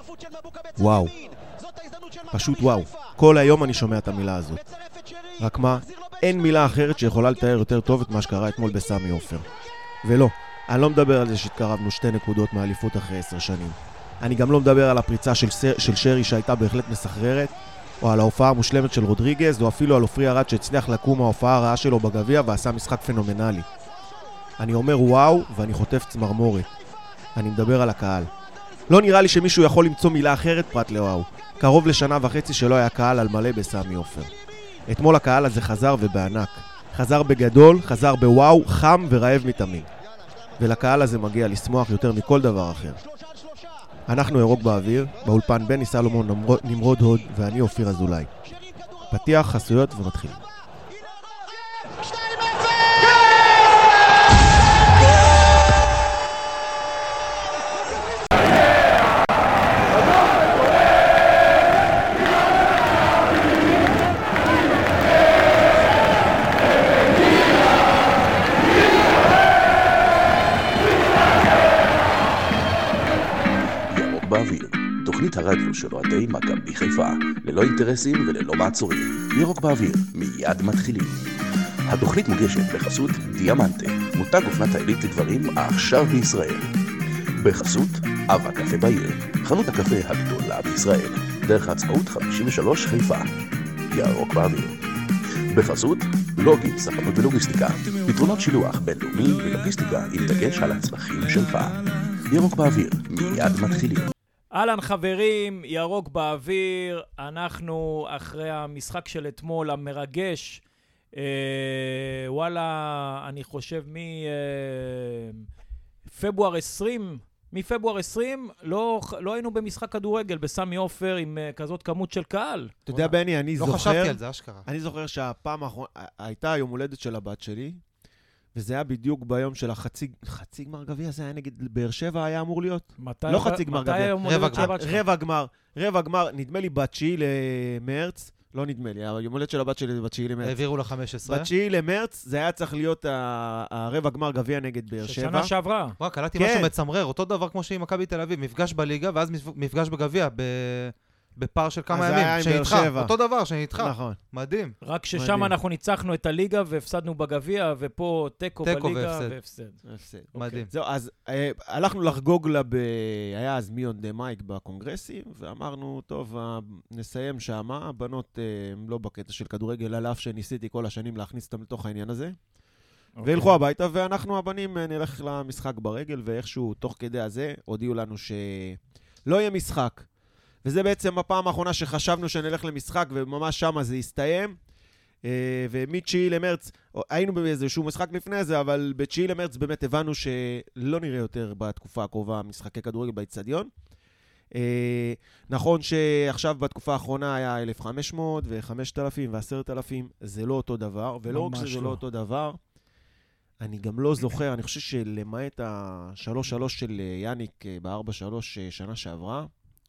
וואו. פשוט וואו. כל היום אני שומע את המילה הזאת. רק מה, אין מילה אחרת שיכולה לתאר יותר טוב את מה שקרה אתמול בסמי עופר. ולא, אני לא מדבר על זה שהתקרבנו 2 נקודות מאליפות אחרי 10 שנים. אני גם לא מדבר על הפריצה של שרי שהייתה בהחלט מסחררת, או על ההופעה המושלמת של רודריגז, או אפילו על אופרי ארד שהצליח לקום מההופעה הרעה שלו בגביע ועשה משחק פנומנלי. אני אומר וואו, ואני חוטף צמרמורת. אני מדבר על הקהל. לא נראה לי שמישהו יכול למצוא מילה אחרת פרט לוואו. קרוב לשנה וחצי שלא היה קהל על מלא בסמי עופר. אתמול הקהל הזה חזר ובענק. חזר בגדול, חזר בוואו, חם ורעב מתמיד. ולקהל הזה מגיע לשמוח יותר מכל דבר אחר. אנחנו ירוק באוויר, באולפן בני סלומון, נמרוד הוד ואני אופיר אזולאי. פתיח, חסויות ומתחילים. תוכנית הרדיו של אוהדי מכבי חיפה, ללא אינטרסים וללא מעצורים. ירוק באוויר, מיד מתחילים. התוכנית מוגשת בחסות דיאמנטה, מותג אופנת העילית לגברים עכשיו בישראל. בחסות אבא קפה בעיר, חנות הקפה הגדולה בישראל, דרך העצמאות 53 חיפה. ירוק באוויר. בחסות לוגי, ספנות ולוגיסטיקה, פתרונות שילוח בינלאומי ולוגיסטיקה עם דגש על הצרכים שלך. ירוק באוויר, מיד מתחילים. אהלן חברים, ירוק באוויר, אנחנו אחרי המשחק של אתמול המרגש, וואלה, אני חושב מפברואר 20 לא היינו במשחק כדורגל בסמי עופר עם כזאת כמות של קהל. אתה יודע בני, אני זוכר, לא חשבתי על זה, אשכרה. אני זוכר שהפעם האחרונה, הייתה היום הולדת של הבת שלי, וזה היה בדיוק ביום של חצי גמר גביע, זה היה נגד באר שבע היה אמור להיות. לא חצי גמר גביע. רבע גמר, נדמה לי ב9 למרץ, לא נדמה לי, היום הולדת של הבת שלי ב9 למרץ. העבירו ל-15. ב9 למרץ, זה היה צריך להיות הרבע גמר גביע נגד באר שבע. שנה שעברה. וואו, קלטתי משהו מצמרר, אותו דבר כמו שעם מכבי תל אביב, מפגש בליגה, ואז מפגש בגביע, בפער של כמה ימים, שנדחה, אותו דבר, שנדחה. נכון. מדהים. רק ששם אנחנו ניצחנו את הליגה והפסדנו בגביע, ופה טקו בליגה והפסד. מדהים. זהו, אז הלכנו לחגוג לה, היה אז מיון דה מייק בקונגרסים, ואמרנו, טוב, נסיים שם, הבנות לא בקטע של כדורגל, על אף שניסיתי כל השנים להכניס אותם לתוך העניין הזה, וילכו הביתה, ואנחנו הבנים נלך למשחק ברגל, ואיכשהו תוך כדי הזה הודיעו לנו שלא יהיה משחק. וזה בעצם הפעם האחרונה שחשבנו שנלך למשחק, וממש שם זה הסתיים. ומ9 למרץ, היינו באיזשהו משחק לפני זה, אבל ב9 למרץ באמת הבנו שלא נראה יותר בתקופה הקרובה משחקי כדורגל באצטדיון. נכון שעכשיו בתקופה האחרונה היה 1,500 ו-5,000 ו10,000, זה לא אותו דבר, ולא רק שזה לא אותו דבר, אני גם לא זוכר, אני חושב שלמעט ה-3-3 של יאניק ב-4-3 שנה שעברה,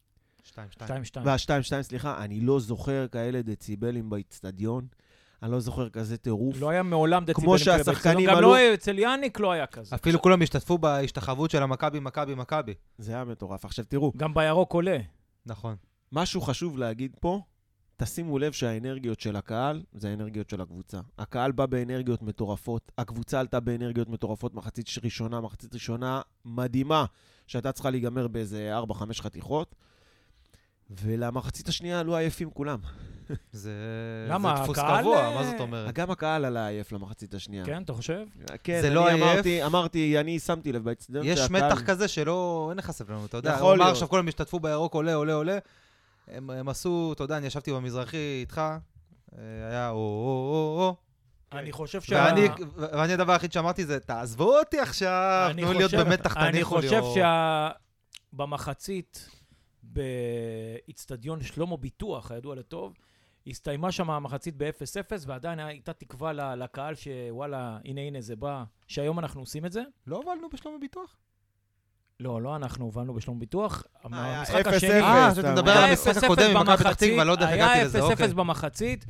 2-2, סליחה, אני לא זוכר כאלה דציבלים באצטדיון, אני לא זוכר כזה טירוף. לא היה מעולם דציבלים באצטדיון, גם לא אצל יאניק לא היה כזה. אפילו כולם השתתפו בהשתחוות של המכבי. זה היה מטורף. עכשיו תראו. גם בירוק עולה. נכון. משהו חשוב להגיד פה, תשימו לב שהאנרגיות של הקהל, זה האנרגיות של הקבוצה. הקהל בא באנרגיות מטורפות, הקבוצה עלתה באנרגיות מטורפות, מחצית ראשונה מדהימה, שהייתה צריכה להיגמר באיזה 4-5 חתיכות. ולמחצית השנייה עלו עייפים כולם. זה דפוס קבוע, מה זאת אומרת? גם הקהל עלה עייף למחצית השנייה. כן, אתה חושב? כן, זה לא עייף. אמרתי, אני שמתי לב באצטדיון. יש מתח כזה שלא, אין לך סבלנות, אתה יודע. יכול להיות. עכשיו כולם השתתפו בירוק, עולה. הם עשו, אתה יודע, אני ישבתי במזרחי איתך, היה אני חושב ואני הדבר היחיד שאמרתי זה, תעזבו אותי עכשיו, תנו להיות במתח, תניחו לי. אני חושב שבמחצית, באצטדיון שלמה ביטוח, הידוע לטוב, הסתיימה שם המחצית ב-0-0, ועדיין הייתה תקווה לקהל שוואלה, הנה זה בא, שהיום אנחנו עושים את זה. לא הובלנו בשלמה ביטוח? לא, אנחנו הובלנו בשלום ביטוח. המשחק השני... אתה מדבר על המשחק הקודם עם מכבי פתח תקווה, לא יודע איך הגעתי לזה, היה 0-0 במחצית,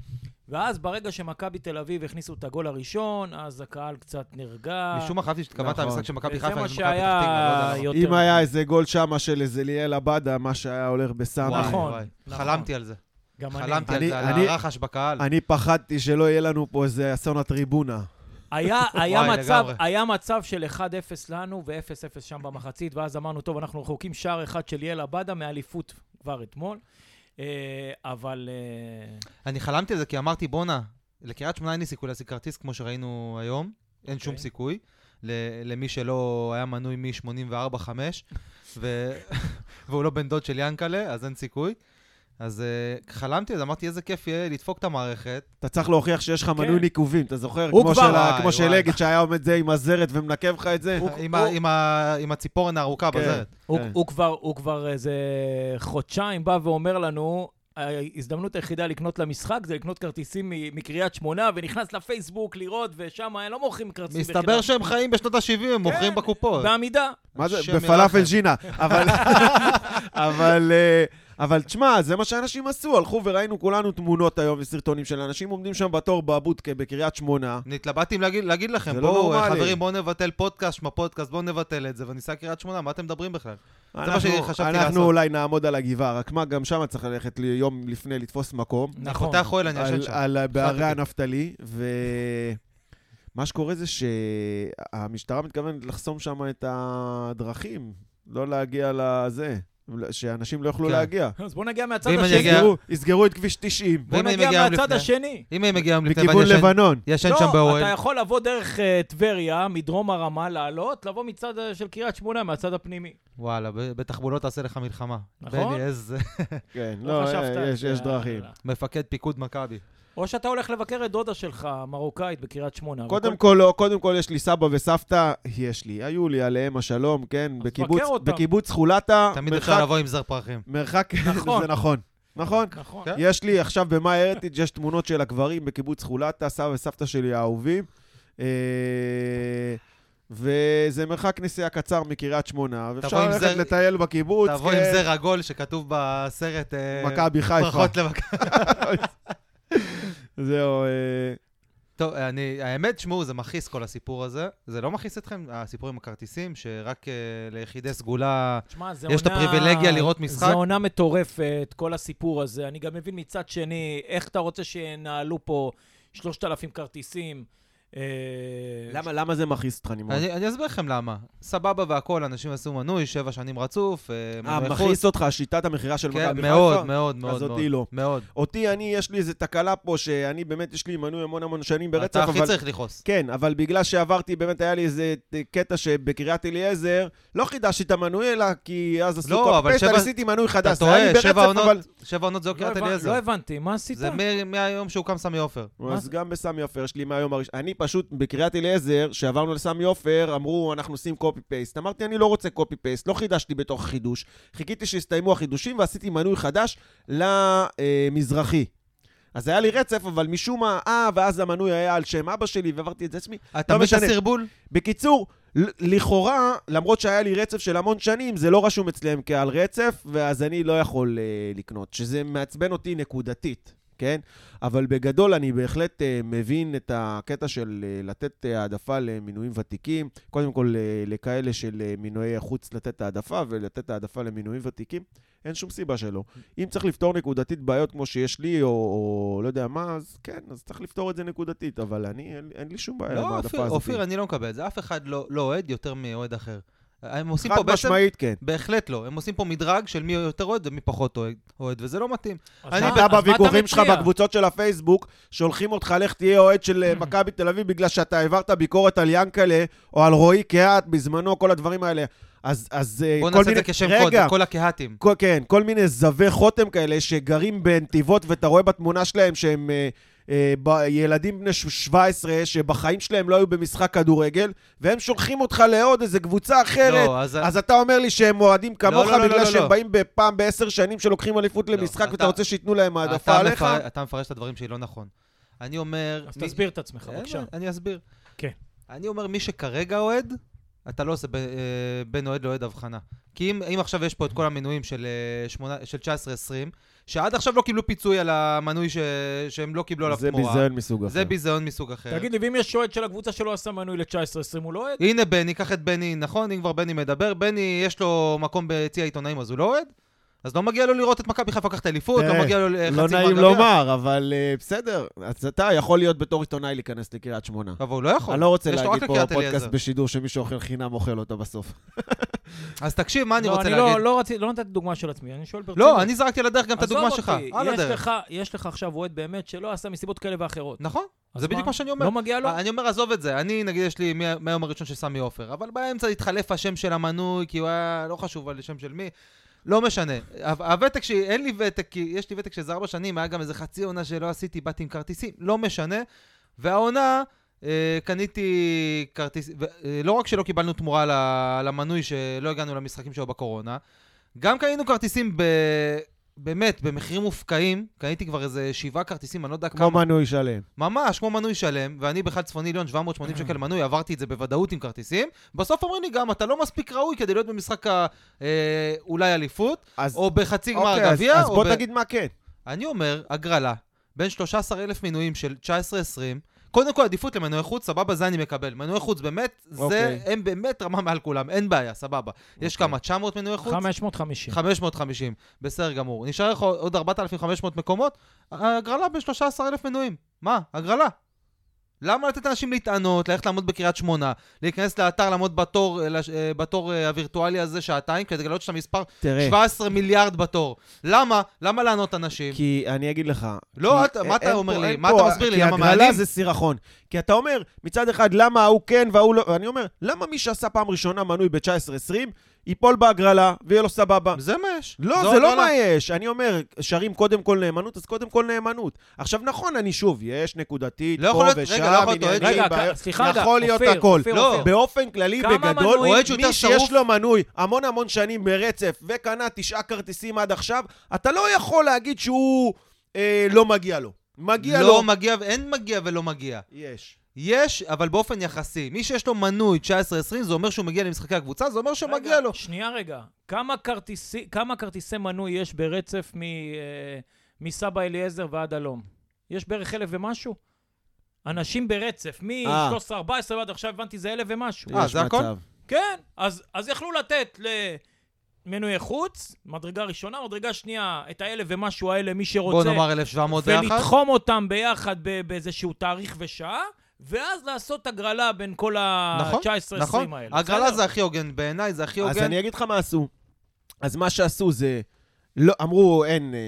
ואז ברגע שמכבי תל אביב הכניסו את הגול הראשון, אז הקהל קצת נרגע. משום מה חשבתי שתקבעת המשחק של מכבי חיפה. וזה מה שהיה יותר. אם היה איזה גול שמה של איזה ליאל עבדה, מה שהיה הולך בסמי. נכון. חלמתי על זה. גם חלמתי על זה, על הרחש בקהל. אני פחדתי שלא יהיה לנו פה איזה אסון הטריבונה. היה מצב של 1-0 לנו ו-0-0 שם במחצית, ואז אמרנו, טוב, אנחנו רחוקים שער אחד של ליאל עבדה מאליפות כבר אתמול. אבל... אני חלמתי על זה כי אמרתי, בונה, לקריית שמונה אין לי סיכוי להשיג כרטיס כמו שראינו היום, אין שום סיכוי, למי שלא היה מנוי מ-84-5, והוא לא בן דוד של ינקלה, אז אין סיכוי. אז חלמתי, אז אמרתי, איזה כיף יהיה לדפוק את המערכת. אתה צריך להוכיח שיש לך מנוי ניקובים, אתה זוכר? כמו של אגד שהיה עומד זה עם הזרת ומנקב לך את זה? עם הציפורן הארוכה בזרת. הוא כבר איזה חודשיים בא ואומר לנו, ההזדמנות היחידה לקנות למשחק זה לקנות כרטיסים מקריית שמונה, ונכנס לפייסבוק לראות, ושם לא מוכרים כרטיסים. מסתבר שהם חיים בשנות ה-70, הם מוכרים בקופות. בעמידה. מה זה? בפלאפל ג'ינה. אבל תשמע, זה מה שאנשים עשו, הלכו וראינו כולנו תמונות היום וסרטונים של אנשים עומדים שם בתור בבודקה בקריית שמונה. נתלבטים להגיד לכם, בואו חברים, בואו נבטל פודקאסט, בואו נבטל את זה וניסע קריית שמונה, מה אתם מדברים בכלל? זה מה שחשבתי לעשות. אנחנו אולי נעמוד על הגבעה, רק מה, גם שם צריך ללכת יום לפני לתפוס מקום. נכון. אתה יכול, אני ישן שם. בערי הנפתלי, ומה שקורה זה שהמשטרה מתכוונת לחסום שם את הדרכים, לא להגיע לזה. שאנשים לא יוכלו להגיע. אז בואו נגיע מהצד השני. יסגרו את כביש 90. בואו נגיע מהצד השני. אם הם מגיעים לכיוון לבנון. ישן שם באוהל. אתה יכול לבוא דרך טבריה, מדרום הרמה לעלות, לבוא מצד של קריית שמונה, מהצד הפנימי. וואלה, בתחבולות תעשה לך מלחמה. נכון? בני, איזה... כן, לא, יש דרכים. מפקד פיקוד מכבי. או שאתה הולך לבקר את דודה שלך, מרוקאית, בקריית שמונה. קודם כל יש לי סבא וסבתא, היו לי עליהם השלום, כן, בקיבוץ חולתה. תמיד אפשר לבוא עם זר פרחים. מרחק, זה נכון. נכון? יש לי עכשיו במאי הרטיג' יש תמונות של הקברים בקיבוץ חולתה, סבא וסבתא שלי האהובים. וזה מרחק נסיעה קצר מקריית שמונה, ואפשר ללכת לטייל בקיבוץ. תבוא עם זר עגול שכתוב בסרט מכבי חיפה. ברכות למכבי. זהו. טוב, האמת, שמעו, זה מכיס כל הסיפור הזה. זה לא מכיס אתכם, הסיפור עם הכרטיסים, שרק ליחידי סגולה יש את הפריבילגיה לראות משחק. זה עונה מטורפת, כל הסיפור הזה. אני גם מבין מצד שני, איך אתה רוצה שנעלו פה 3,000 כרטיסים? למה זה מכעיס אותך? אני אסביר לכם למה. סבבה והכל, אנשים עשו מנוי 7 שנים רצוף. מכעיס אותך, שיטת המחירה של מכבי חיפה? מאוד, מאוד, מאוד. אז אותי לא. מאוד. אותי, יש לי איזה תקלה פה, שאני באמת, יש לי מנוי המון שנים ברצף. אתה הכי צריך לכעוס. כן, אבל בגלל שעברתי, באמת היה לי איזה קטע שבקריית אליעזר, לא חידשתי את המנוי, אלא כי אז עשו קופסט, עשיתי מנוי חדש. אתה טועה, 7 עונות זו קריית אליעזר. לא הבנתי, מה עשית? זה מהיום שהוקם סמי עופר. אז גם בסמי עופר, יש לי מהיום הראשון. אני פשוט בקריית אליעזר, שעברנו לסמי עופר, אמרו, אנחנו עושים קופי פייסט. אמרתי, אני לא רוצה קופי פייסט, לא חידשתי בתוך חידוש. חיכיתי שהסתיימו החידושים, ועשיתי מנוי חדש למזרחי. אז היה לי רצף, אבל משום מה, ואז המנוי היה על שם אבא שלי, ועברתי את זה עצמי. אתה לא משנה סרבול? בקיצור, לכאורה, למרות שהיה לי רצף של המון שנים, זה לא רשום אצלם כעל רצף, ואז אני לא יכול לקנות, שזה מעצבן אותי נקודתית. כן? אבל בגדול אני בהחלט מבין את הקטע של לתת העדפה למינויים ותיקים, קודם כל לכאלה של מינויי החוץ לתת העדפה, ולתת העדפה למינויים ותיקים, אין שום סיבה שלא. אם צריך לפתור נקודתית בעיות כמו שיש לי, או לא יודע מה, אז כן, אז צריך לפתור את זה נקודתית, אבל אין לי שום בעיה עם העדפה הזאת. אופיר, אני לא מקבל את זה, אף אחד לא אוהד יותר מאוהד אחר. הם עושים חד פה משמעית, כן. בהחלט לא. הם עושים פה מדרג של מי יותר אוהד ומי פחות אוהד, וזה לא מתאים. אתה בוויכוחים שלך בקבוצות של הפייסבוק, שולחים אותך, לך תהיה אוהד של מכבי תל אביב, בגלל שאתה העברת ביקורת על ינקלה, או על רועי קהת, בזמנו, כל הדברים האלה. אז בוא נעשה את זה כשם קוד, כל הקהתים. כן, כל מיני זווי חותם כאלה, שגרים בנתיבות, ואתה רואה בתמונה שלהם שהם ילדים בני 17 שבחיים שלהם לא היו במשחק כדורגל, והם שולחים אותך לעוד איזה קבוצה אחרת, אז אתה אומר לי שהם מועדים כמוך בגלל שהם באים פעם ב10 שנים שלוקחים אליפות למשחק, ואתה רוצה שיתנו להם העדפה עליך? אתה מפרש את הדברים שלי לא נכון. אני אומר... אז תסביר את עצמך, בבקשה. אני אסביר. כן. אני אומר, מי שכרגע אוהד, אתה לא עושה בין אוהד לאוהד הבחנה. כי אם עכשיו יש פה את כל המנויים של 19-20, שעד עכשיו לא קיבלו פיצוי על המנוי שהם לא קיבלו עליו תמורה. זה ביזיון מסוג אחר. זה ביזיון מסוג אחר. תגיד לי, ואם יש אוהד של הקבוצה שלא עשה מנוי ל-19-20, הוא לא אוהד? הנה בני, קח את בני, נכון? אם כבר בני מדבר, בני יש לו מקום ביציע העיתונאים, אז הוא לא אוהד? אז לא מגיע לו לראות את מכבי חיפה לקחת אליפות, לא מגיע לו חצי לא נעים לומר, אבל בסדר. אז אתה יכול להיות בתור עיתונאי להיכנס לקריית שמונה. אבל הוא לא יכול. אני לא רוצה להגיד פה פודקאסט בשידור שמישהו אוכל חינם אוכל אותו בסוף. אז תקשיב, מה אני רוצה להגיד? לא נתתי דוגמה של עצמי, אני שואל ברצינות. לא, אני זרקתי על הדרך גם את הדוגמה שלך. יש לך עכשיו אוהד באמת שלא עשה מסיבות כאלה ואחרות. נכון, זה בדיוק מה שאני אומר. לא מגיע לו? אני אומר, עזוב את זה. אני, נגיד, יש לי מהיום הראשון של סמי עופר, אבל באמצע התחלף השם של המנוי, כי הוא היה לא חשוב על השם של מי. לא משנה. הוותק אין לי ותק, כי יש לי ותק של 4 שנים, היה גם איזה חצי עונה שלא עשיתי, באתי עם כרטיסים, לא משנה. והעונה, קניתי כרטיס, לא רק שלא קיבלנו תמורה למנוי שלא הגענו למשחקים שלו בקורונה, גם קנינו כרטיסים באמת, במחירים מופקעים, קניתי כבר איזה 7 כרטיסים, אני לא יודע כמה. כמו מנוי שלם. ממש, כמו מנוי שלם, ואני בכלל צפוני ליון 780 שקל מנוי, עברתי את זה בוודאות עם כרטיסים. בסוף אומרים לי גם, אתה לא מספיק ראוי כדי להיות במשחק אולי אליפות, או בחצי גמר גביע. אז בוא תגיד מה כן. אני אומר, הגרלה, בין 13,000 מנויים של 19-20, קודם כל עדיפות למנועי חוץ, סבבה, זה אני מקבל. מנועי חוץ באמת, הם באמת רמה מעל כולם, אין בעיה, סבבה. יש כמה, 900 מנועי חוץ? 550. 550, בסדר גמור. נשאר לך עוד 4,500 מקומות, הגרלה ב-13,000 מנויים. מה? הגרלה. למה לתת אנשים להתענות, ללכת לעמוד בקריית שמונה, להיכנס לאתר, לעמוד בתור הווירטואלי הזה שעתיים, כדי לגלות שאתה מספר 17 מיליארד בתור. למה? למה לענות אנשים? כי אני אגיד לך... לא, מה אתה אומר לי? מה אתה מסביר לי? למה מעלים? כי הגרלה זה סירחון. כי אתה אומר, מצד אחד, למה הוא כן והוא לא... אני אומר, למה מי שעשה פעם ראשונה מנוי ב-19-20, ייפול בהגרלה ויהיה לו סבבה? זה מה יש. לא, זה לא מה יש. אני אומר, שרים קודם כל נאמנות, אז קודם כל נאמנות. עכשיו נכון, אני שוב, יש נקודתית פה ושם, יכול להיות הכל. באופן כללי, בגדול, מי שיש לו מנוי המון שנים ברצף, וקנה 9 כרטיסים עד עכשיו, אתה לא יכול להגיד שהוא לא מגיע לו. מגיע לו. לא מגיע, אין מגיע ולא מגיע. יש, אבל באופן יחסי. מי שיש לו מנוי 19-20, זה אומר שהוא מגיע למשחקי הקבוצה, זה אומר שמגיע לו. שנייה רגע, כמה כרטיסי מנוי יש ברצף מסבא אליעזר ועד אלום? יש בערך 1,000 ומשהו? אנשים ברצף, מ-13-14 ועד עכשיו הבנתי זה 1,000 ומשהו. זה הכל? כן, אז יכלו לתת למנוי חוץ, מדרגה ראשונה, מדרגה שנייה, את 1,000 ומשהו האלה, מי שרוצה. בוא נאמר 1,700 ביחד. ולתחום אותם ביחד באיזשהו תאריך ושעה. ואז לעשות הגרלה בין כל ה-19-20 האלה. הגרלה זה הכי הוגן, בעיניי זה הכי הוגן. אז אני אגיד לך מה עשו. אז מה שעשו זה, לא, אמרו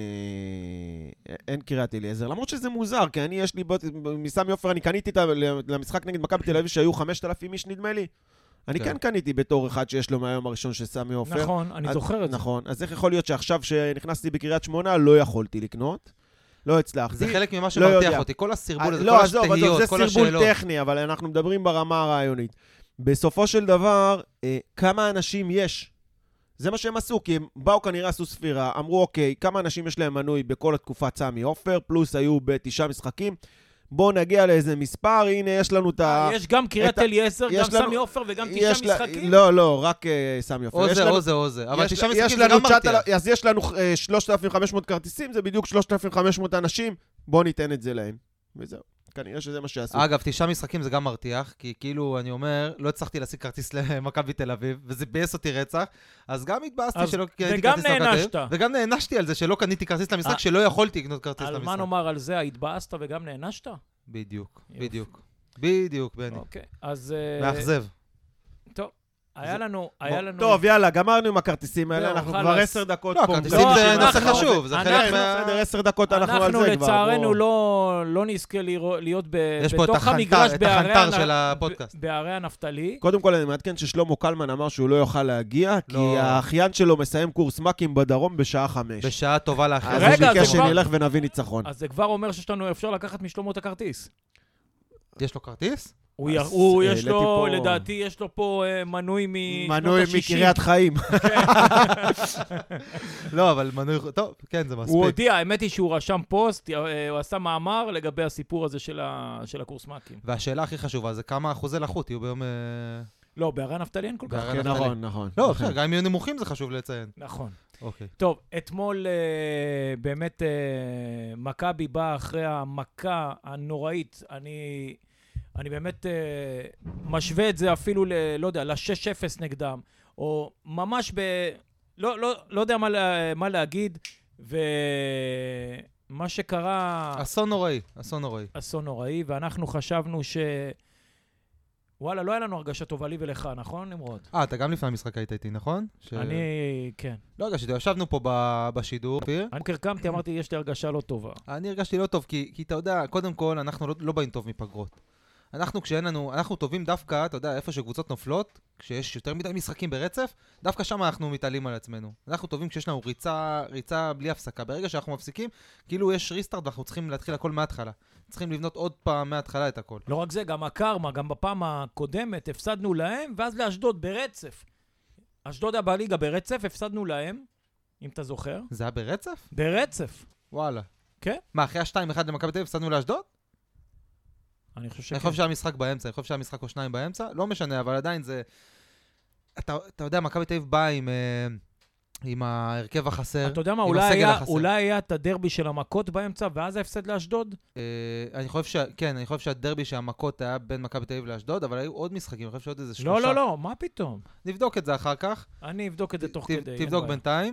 אין קריית אליעזר, למרות שזה מוזר, כי אני יש לי, מסמי עופר, אני קניתי למשחק נגד מכבי תל אביב שהיו 5,000 איש נדמה לי. אני כן קניתי בתור אחד שיש לו מהיום הראשון של סמי עופר. נכון, אני זוכר את זה. נכון, אז איך יכול להיות שעכשיו שנכנסתי בקריית שמונה לא יכולתי לקנות? לא הצלחתי. זה חלק ממה שמרתיח אותי, כל הסרבול הזה, כל השתהיות, כל השאלות. זה סרבול טכני, אבל אנחנו מדברים ברמה הרעיונית. בסופו של דבר, כמה אנשים יש? זה מה שהם עשו, כי הם באו כנראה עשו ספירה, אמרו אוקיי, כמה אנשים יש להם מנוי בכל התקופת סמי עופר, פלוס היו ב9 משחקים, בואו נגיע לאיזה מספר, הנה יש לנו את ה... יש גם קריית אליעזר, גם סמי עופר וגם 9 משחקים? לא, רק סמי עופר. או זה. אבל 9 משחקים זה גם מרתיח. אז יש לנו 3,500 כרטיסים, זה בדיוק 3,500 אנשים, בואו ניתן את זה להם. וזהו, כנראה שזה מה שעשו. אגב, 9 משחקים זה גם מרתיח, כי כאילו, אני אומר, לא הצלחתי להשיג כרטיס למכבי תל אביב, וזה בייס אותי רצח, אז גם התבאסתי שלא קניתי כרטיס למכבי. וגם נענשתי על זה שלא קניתי כרטיס למשחק, שלא יכולתי לקנות כרטיס למשחק. על מה נאמר על זה, התבאסת וגם נענשת? בדיוק, בני. אוקיי, אז... מאכזב. טוב. היה לנו... טוב, יאללה, גמרנו עם הכרטיסים האלה, אנחנו כבר 10 דקות פה. לא, כרטיסים זה נושא חשוב, זה חלק מה... 10 דקות אנחנו על זה כבר. אנחנו לצערנו לא נזכה להיות בתוך המגרש בערי הנפתלי. קודם כל אני מעדכן ששלמה קלמן אמר שהוא לא יוכל להגיע, כי האחיין שלו מסיים קורס מקים בדרום בשעה 5. בשעה טובה לאחר. אז הוא ביקש שנלך ונביא ניצחון. אז זה כבר אומר אפשר לקחת משלמה את הכרטיס. יש לו כרטיס? הוא יש לו, לדעתי, יש לו פה מנוי מנוי מקריית חיים. לא, אבל מנוי, טוב, כן, זה מספיק. הוא הודיע, האמת היא שהוא רשם פוסט, הוא עשה מאמר לגבי הסיפור הזה של הקורס מקים. והשאלה הכי חשובה זה כמה אחוזי לחות יהיו ביום... לא, בערי נפתלי אין כל כך. בערי כן, נפתלי. נכון. לא, בסדר, גם אם יהיו נמוכים זה חשוב לציין. נכון. אוקיי. טוב, אתמול באמת מכבי באה אחרי המכה הנוראית. אני באמת משווה את זה אפילו לא יודע, ל-6-0 נגדם, או ממש לא יודע מה להגיד, ומה שקרה... אסון נוראי. אסון נוראי, ואנחנו חשבנו וואלה, לא היה לנו הרגשה טובה לי ולך, נכון, נמרוד? אתה גם לפני המשחק היית איתי, נכון? אני, כן. לא הרגשתי, ישבנו פה בשידור. אני קרקמתי, אמרתי, יש לי הרגשה לא טובה. אני הרגשתי לא טוב, כי אתה יודע, קודם כל, אנחנו לא באים טוב מפגרות. אנחנו טובים דווקא, אתה יודע, איפה שקבוצות נופלות, כשיש יותר מדי משחקים ברצף, דווקא שם אנחנו מתעלים על עצמנו. אנחנו טובים כשיש לנו ריצה בלי הפסקה. ברגע שאנחנו מפסיקים, כאילו יש ריסטארט ואנחנו צריכים להתחיל הכל מההתחלה. צריכים לבנות עוד פעם מההתחלה את הכל. לא רק זה, גם הקרמה, גם בפעם הקודמת הפסדנו להם, ואז לאשדוד ברצף. אשדוד היה בליגה ברצף, הפסדנו להם, אם אתה זוכר. זה היה ברצף? ברצף. וואלה. כן? מה, אחרי ה-2-1 למכבי תל אביב הפסדנו לאשדוד? אני חושב שכן. אני חושב שהמשחק באמצע, אני חושב שהמשחק או שניים באמצע, לא משנה, אבל עדיין זה... אתה יודע, מכבי תל אביב באה עם ההרכב החסר. אתה יודע מה, אולי היה את הדרבי של המכות באמצע, ואז ההפסד לאשדוד? אני חושב שהדרבי של המכות היה בין מכבי תל אביב לאשדוד, אבל היו עוד משחקים, אני חושב שעוד איזה 3. לא, מה פתאום? נבדוק את זה אחר כך. אני אבדוק את זה תוך כדי. תבדוק בינתיים.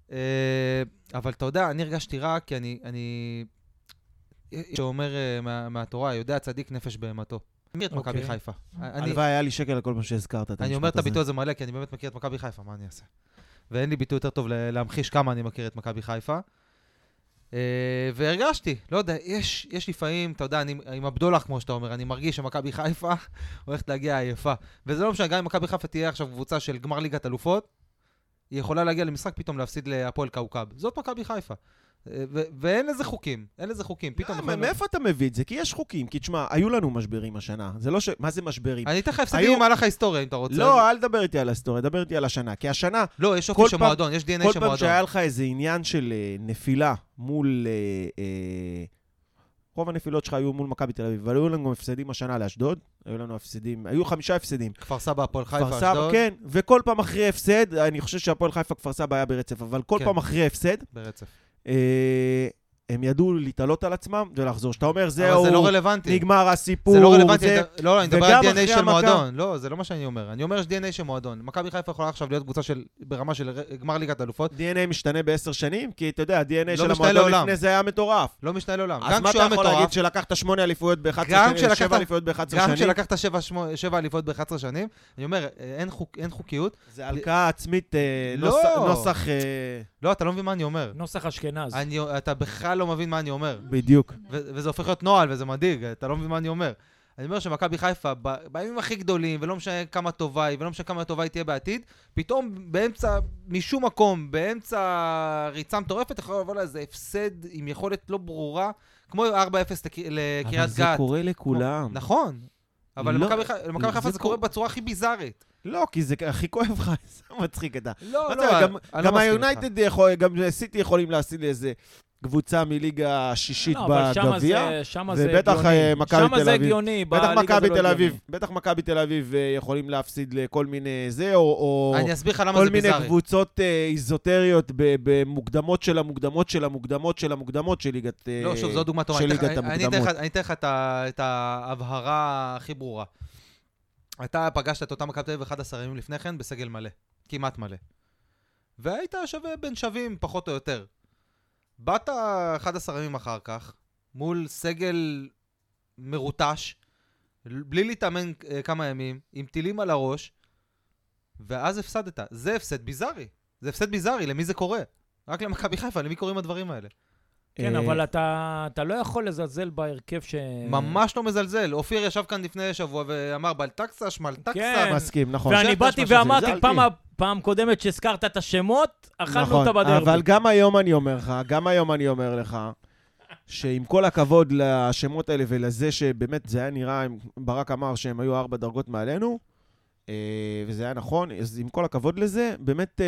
אבל אתה יודע, אני הרגשתי רע, כי אני... שאומר מהתורה, יודע צדיק נפש בהמתו. אני מכיר את מכבי חיפה. הלוואי, היה לי שקל על כל מה שהזכרת. אני אומר את הביטוי הזה מלא, כי אני באמת מכיר את מכבי חיפה, מה אני אעשה? ואין לי ביטוי יותר טוב להמחיש כמה אני מכיר את מכבי חיפה. והרגשתי, לא יודע, יש לפעמים, אתה יודע, אני עם הבדולח, כמו שאתה אומר, אני מרגיש שמכבי חיפה הולכת להגיע עייפה. וזה לא משנה, גם אם מכבי חיפה תהיה עכשיו קבוצה של גמר ליגת אלופות, היא יכולה להגיע למשחק פתאום להפסיד להפועל קאוקב. זאת מכבי חיפה. ואין לזה חוקים, מאיפה אתה מביא את זה? כי יש חוקים, כי תשמע, היו לנו משברים השנה. זה לא מה זה משברים? אני אתן לך הפסדים במהלך ההיסטוריה, אם אתה רוצה. לא, אל תדבר איתי על ההיסטוריה, דבר איתי על השנה. כי השנה... לא, יש אופי של מועדון, יש DNA של מועדון. כל פעם שהיה לך איזה עניין של נפילה מול... רוב הנפילות שלך היו מול מכבי תל אביב, אבל היו לנו גם הפסדים השנה לאשדוד, היו 5 הפסדים. כפר סבא, הפועל חיפה, אשדוד. כן, וכל פעם אחרי הפסד, אני חושב שהפועל חיפה כפר סבא היה ברצף, אבל כל פעם אחרי הפסד, ברצף. הם ידעו להתעלות על עצמם ולחזור. שאתה אומר, זהו, זה לא רלוונטי. נגמר הסיפור. זה לא רלוונטי. לא, אני מדבר על DNA של מועדון. לא, זה לא מה שאני אומר. אני אומר ש-DNA של מועדון. מכבי חיפה יכולה עכשיו להיות קבוצה ברמה של גמר ליגת אלופות. DNA משתנה ב10 שנים? כי אתה יודע, ה-DNA של המועדון לפני זה היה מטורף. לא משתנה לעולם. אז מה אתה יכול להגיד שלקחת 8 אליפויות ב-11 שנים? 7 אליפויות ב-11 שנים? גם כשלקחת 7 אליפויות ב-11 שנים, אני אומר, אין חוקיות. זה הלקאה עצמית, נוסח... לא, אתה לא מבין מה אני אומר. נוסח אשכנז. אתה בכלל לא מבין מה אני אומר. בדיוק. וזה הופך להיות נועל, וזה מדאיג, אתה לא מבין מה אני אומר. אני אומר שמכבי חיפה, בימים הכי גדולים, ולא משנה כמה טובה היא, ולא משנה כמה טובה היא תהיה בעתיד, פתאום באמצע, משום מקום, באמצע ריצה מטורפת, יכול לבוא לאיזה הפסד עם יכולת לא ברורה, כמו 4-0 לקריית גת. אבל זה קורה לכולם. נכון. אבל למכבי חיפה זה קורה בצורה הכי ביזארית. לא, כי זה הכי כואב לך, זה מצחיק אתה. לא, גם היונייטד יכול, גם סיטי יכולים להשיג לאיזה קבוצה מליגה השישית בגביע, ובטח מכבי תל אביב. בטח מכבי תל אביב יכולים להפסיד לכל מיני זה, או כל מיני קבוצות איזוטריות במוקדמות של המוקדמות של המוקדמות של המוקדמות של ליגת המוקדמות. לא, שוב, זו דוגמה טובה. אני אתן לך את ההבהרה הכי ברורה. אתה פגשת את אותם מכבי תל אביב 11 ימים לפני כן בסגל מלא, כמעט מלא. והיית שווה בין שווים פחות או יותר. באת 11 ימים אחר כך, מול סגל מרוטש, בלי להתאמן כמה ימים, עם טילים על הראש, ואז הפסדת. זה הפסד ביזארי. זה הפסד ביזארי, למי זה קורה? רק למכבי חיפה, למי קוראים הדברים האלה? כן, אבל אתה לא יכול לזלזל בהרכב ממש לא מזלזל. אופיר ישב כאן לפני שבוע ואמר בלטקסה, שמלטקסה. כן. מסכים, נכון. ואני באתי ואמרתי פעם קודמת שהזכרת את השמות, אכלנו אותה בדרבי. אבל גם היום אני אומר לך, שעם כל הכבוד לשמות האלה ולזה שבאמת זה היה נראה, ברק אמר שהם היו 4 דרגות מעלינו, וזה היה נכון, אז עם כל הכבוד לזה, באמת...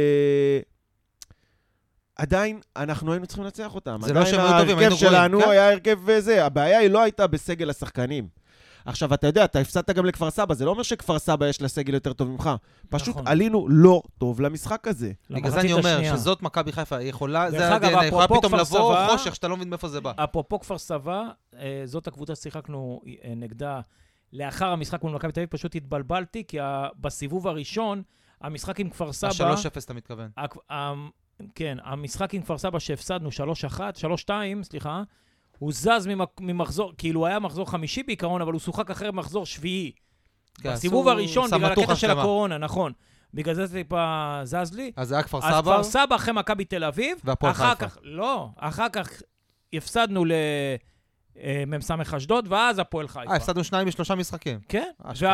עדיין אנחנו היינו צריכים לנצח אותם. זה לא שהם היו טובים, ההרכב שלנו היה הרכב וזה. הבעיה היא לא הייתה בסגל השחקנים. עכשיו, אתה יודע, אתה הפסדת גם לכפר סבא, זה לא אומר שכפר סבא יש לה סגל יותר טוב ממך. פשוט נכון. עלינו לא טוב למשחק הזה. בגלל זה אני אומר שזאת מכבי חיפה, היא יכולה פתאום לבוא חושך שאתה לא מבין מאיפה זה בא. אפרופו כפר סבא, זאת הקבוצה ששיחקנו נגדה לאחר המשחק מול מכבי תל אביב, פשוט התבלבלתי, כי בסיבוב הראשון, המשחק עם כפר סבא... 3-0 אתה מתכוון. כן, המשחק עם כפר סבא שהפסדנו 3-2, סליחה, הוא זז ממחזור, כאילו הוא היה מחזור חמישי בעיקרון, אבל הוא שוחק אחרי מחזור שביעי. בסיבוב הראשון, בגלל הקטע של הקורונה, נכון. בגלל זה זה טיפה זז לי. אז זה היה כפר סבא? אז כפר סבא אחרי מכבי תל אביב. והפועל חיפה. לא, אחר כך הפסדנו למ"ס אשדוד, ואז הפועל חיפה. הפסדנו 2 מ3 משחקים. כן,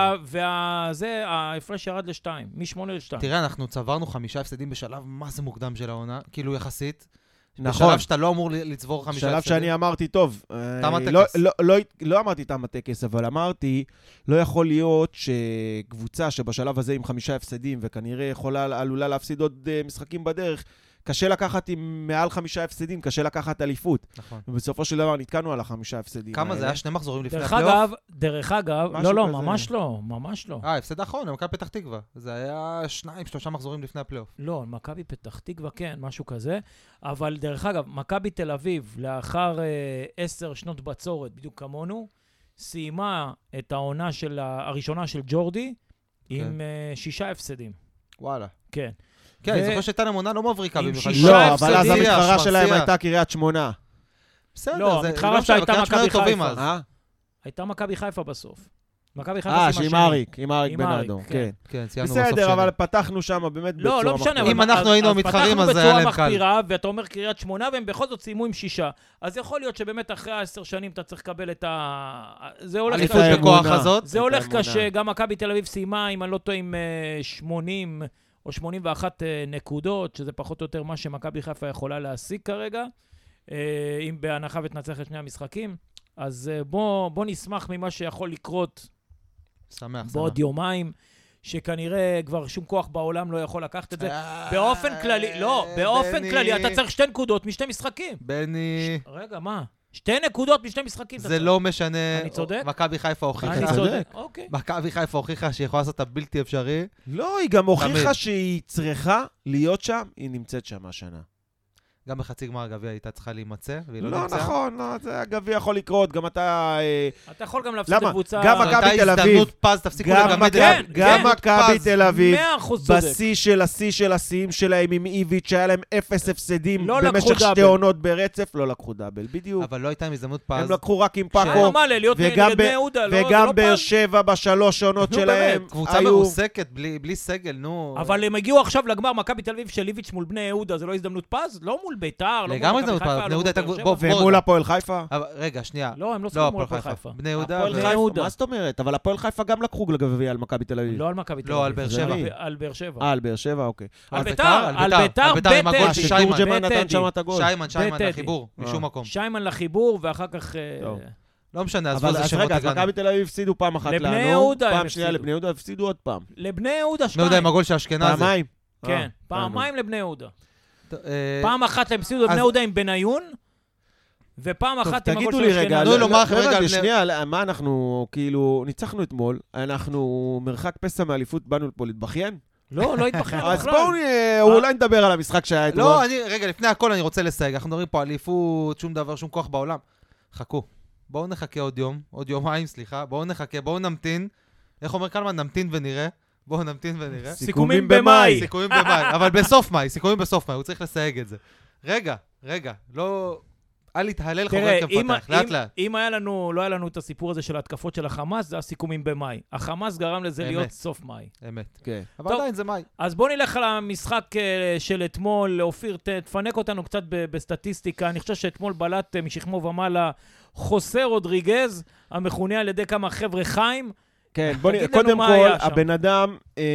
וזה, ההפרש ירד ל2, מ8 ל2. תראה, אנחנו צברנו 5 הפסדים בשלב מה זה מוקדם של העונה, כאילו יחסית. נכון. בשלב שאתה לא אמור לצבור 5 הפסדים. בשלב שאני אמרתי, טוב, תם הטקס. לא אמרתי תם הטקס, אבל אמרתי, לא יכול להיות שקבוצה שבשלב הזה עם 5 הפסדים, וכנראה עלולה להפסיד עוד משחקים בדרך, קשה לקחת עם מעל 5 הפסדים, קשה לקחת אליפות. נכון. ובסופו של דבר נתקענו על 5 הפסדים. כמה זה היה? 2 מחזורים לפני הפלייאוף? דרך אגב, לא, ממש לא, ממש לא. הפסד האחרון, מכבי פתח תקווה. זה היה 2-3 מחזורים לפני הפלייאוף. לא, מכבי פתח תקווה, כן, משהו כזה. אבל דרך אגב, מכבי תל אביב, לאחר 10 שנות בצורת, בדיוק כמונו, סיימה את העונה הראשונה של ג'ורדי, עם 6 הפסדים. וואלה. כן. כן, אני זוכר שהייתה למונה לא מבריקה במיוחד. לא, אבל אז המתחרה שלהם הייתה קריית שמונה. בסדר, לא, המתחרה שלה הייתה מכבי חיפה. אה? הייתה מכבי חיפה בסוף. מכבי חיפה שעם אריק בנאדו, כן. כן, ציינו בסוף שני. בסדר, אבל פתחנו שם באמת בצורה מחפירה. לא משנה. אם אנחנו היינו המתחרים, אז זה היה להם קל. פתחנו בצורה מחפירה, ואתה אומר קריית שמונה, והם בכל זאת סיימו עם 6. אז יכול להיות שבאמת אחרי 10 שנים אתה צריך לקבל את זה הולך קשה. זה הולך קשה. גם מכבי תל אביב סיימה, אם אני לא טועה, עם 80 או 81 נקודות, שזה פחות או יותר מה שמכבי חיפה יכולה להשיג כרגע, אם בהנחה ותנצח את שני המשחקים. אז בוא נשמח ממה שיכול לקרות בעוד יומיים, שכנראה כבר שום כוח בעולם לא יכול לקחת את זה. באופן כללי, לא, באופן כללי, אתה צריך 2 נקודות משתי משחקים. בני... רגע, מה? 2 נקודות משתי משחקים. זה לא משנה. אני צודק? מכבי חיפה הוכיחה. אני צודק. אוקיי. מכבי חיפה הוכיחה שהיא יכולה לעשות את הבלתי אפשרי. לא, היא גם הוכיחה שהיא צריכה להיות שם, היא נמצאת שם השנה. גם בחצי גמר הגביע הייתה צריכה להימצא, והיא לא נמצאה. לא, נכון, הגביע יכול לקרות, גם אתה... אתה יכול גם להפסיד לקבוצה... גם מכבי תל אביב... הזדמנות פז, תפסיקו לגמד את זה. גם מכבי תל אביב, 100% צודק. בשיא של השיא של השיאים שלהם עם איביץ' שהיה להם 0 הפסדים במשך 2 עונות ברצף, לא לקחו דאבל, בדיוק. אבל לא הייתה עם הזדמנות פז. הם לקחו רק עם פאקו, וגם באר שבע בשלוש עונות שלהם. קבוצה מרוסקת, בלי סגל, נו. אבל הם הגיעו עכשיו לגמר מכבי תל אביב של איביץ' מול בני יהודה, זה לא הזדמנות פז? לא מול ביתר, לא מול מכבי חיפה, לא מול באר שבע. ומול הפועל חיפה? רגע, שנייה. לא, הם לא שחקו מול הפועל חיפה. בני יהודה. מה זאת אומרת? אבל הפועל חיפה גם לקחו גביע על מכבי תל אביב. לא על מכבי תל אביב. לא, על באר שבע. על באר שבע. על באר שבע, אוקיי. על ביתר, עם הגול של שיימן. שתורג'מן נתן שם את הגול. שיימן לחיבור, משום מקום. שיימן לחיבור, ואחר כך... לא משנה, אז רגע, אז מכבי תל אביב הפסידו פעם אחת לנו, פעם שנייה לבני יהודה, הפסידו עוד פעם. לבני יהודה 2. בני יהודה עם הגול של אשכנזי. פעמיים? כן, פעמיים לבני יהודה. פעם אחת הם הפסידו לבני יהודה עם בניון, ופעם אחת עם הגול של אשכנזי. תגידו לי רגע, שנייה, מה אנחנו, כאילו, ניצחנו אתמול, אנחנו מרחק פסע מאליפות, באנו לפה להתבכיין? לא התבכיין בכלל. אז בואו אולי נדבר על המשחק שהיה אתמול. לא, רגע, לפני הכל אני רוצה לסייג, אנחנו מדברים פה על אליפות, שום דבר, שום כוח בעולם. חכו. בואו נחכה עוד יומיים, סליחה, בואו נמתין. איך אומר קלמן? נמתין ונראה. בואו נמתין ונראה. סיכומים במאי. סיכומים במאי, אבל בסוף מאי, סיכומים בסוף מאי, הוא צריך לסייג את זה. רגע, לא... אל להתהלל חורק כמפתח, לאט לאט. אם לא היה לנו את הסיפור הזה של ההתקפות של החמאס, זה הסיכומים במאי. החמאס גרם לזה להיות סוף מאי. אמת. כן. אבל עדיין זה מאי. אז בואו נלך על המשחק של אתמול. אופיר, תפנק אותנו קצת בסטטיסטיקה. אני חושב שאתמול בלט משכמו ומעלה חוסה רודריגז, המכונה על ידי כמה חבר'ה חיים. כן, קודם כל, הבן אדם,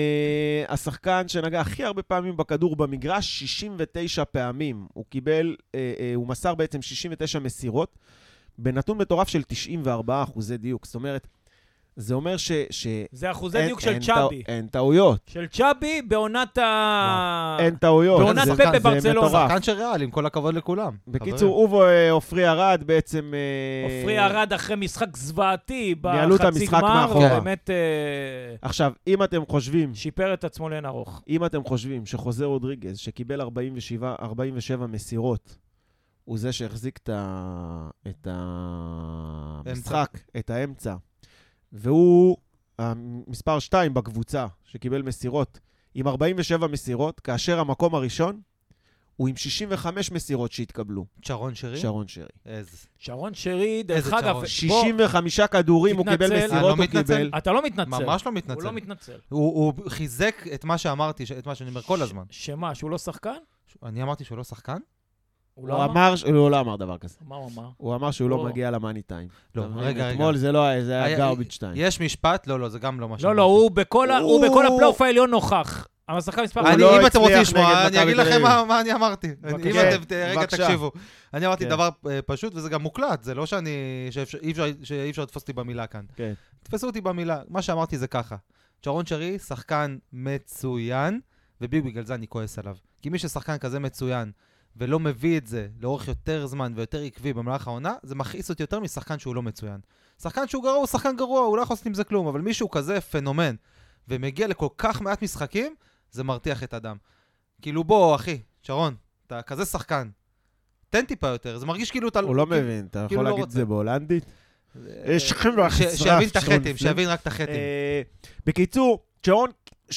השחקן שנגע הכי הרבה פעמים בכדור במגרש, 69 פעמים. הוא מסר בעצם 69 מסירות, בנתון מטורף של 94% דיוק. זאת אומרת, זה אומר זה אחוזי דיוק של צ'אבי. אין טעויות. של צ'אבי בעונת אין טעויות. בעונת פפ בברצלונה. שחקן של ריאל, עם כל הכבוד לכולם. בקיצור, עופרי ארד בעצם... עופרי ארד אחרי משחק זוועתי ניהלו את המשחק מאחורה. באמת... עכשיו, אם אתם חושבים... שיפר את עצמו לאין ארוך. אם אתם חושבים שחוזה רודריגז, שקיבל 47 מסירות, הוא זה שהחזיק את המשחק, את האמצע, והוא מספר 2 בקבוצה שקיבל מסירות, עם 47 מסירות, כאשר המקום הראשון הוא עם 65 מסירות שהתקבלו. שרון שרי? שרון שרי. שרון שרי, דרך אגב... 65 כדורים הוא קיבל מסירות, הוא קיבל... אתה לא מתנצל. ממש לא מתנצל. הוא לא מתנצל. הוא חיזק את מה שאמרתי, את מה שאני אומר כל הזמן. שמה, שהוא לא שחקן? אני אמרתי שהוא לא שחקן? הוא לא אמר דבר כזה. מה הוא אמר? הוא אמר שהוא לא מגיע למאני טיים. לא, רגע. אתמול זה היה גארביץ' 2. יש משפט, לא, זה גם לא מה שאמרתי. לא, הוא בכל הפלייאוף העליון נוכח. אבל שחקן מספר... אם אתם רוצים לשמוע, אני אגיד לכם מה אני אמרתי. אם אתם רגע תקשיבו. אני אמרתי דבר פשוט, וזה גם מוקלט. זה לא שאי אפשר לתפוס אותי במילה כאן. תפסו אותי במילה. מה שאמרתי זה ככה. שרון שרי, שחקן מצוין, ובגלל זה אני כועס עליו. כי מי ששחקן כזה מצוין, ולא מביא את זה לאורך יותר זמן ויותר עקבי במהלך העונה, זה מכעיס אותי יותר משחקן שהוא לא מצוין. שחקן שהוא גרוע הוא שחקן גרוע, הוא לא יכול לעשות עם זה כלום, אבל מישהו כזה פנומן, ומגיע לכל כך מעט משחקים, זה מרתיח את אדם. כאילו בוא, אחי, שרון, אתה כזה שחקן. תן טיפה יותר, זה מרגיש כאילו אתה... הוא לא מבין, אתה יכול להגיד את זה בהולנדית? שיבין את החטים, שיבין רק את החטים. בקיצור, שרון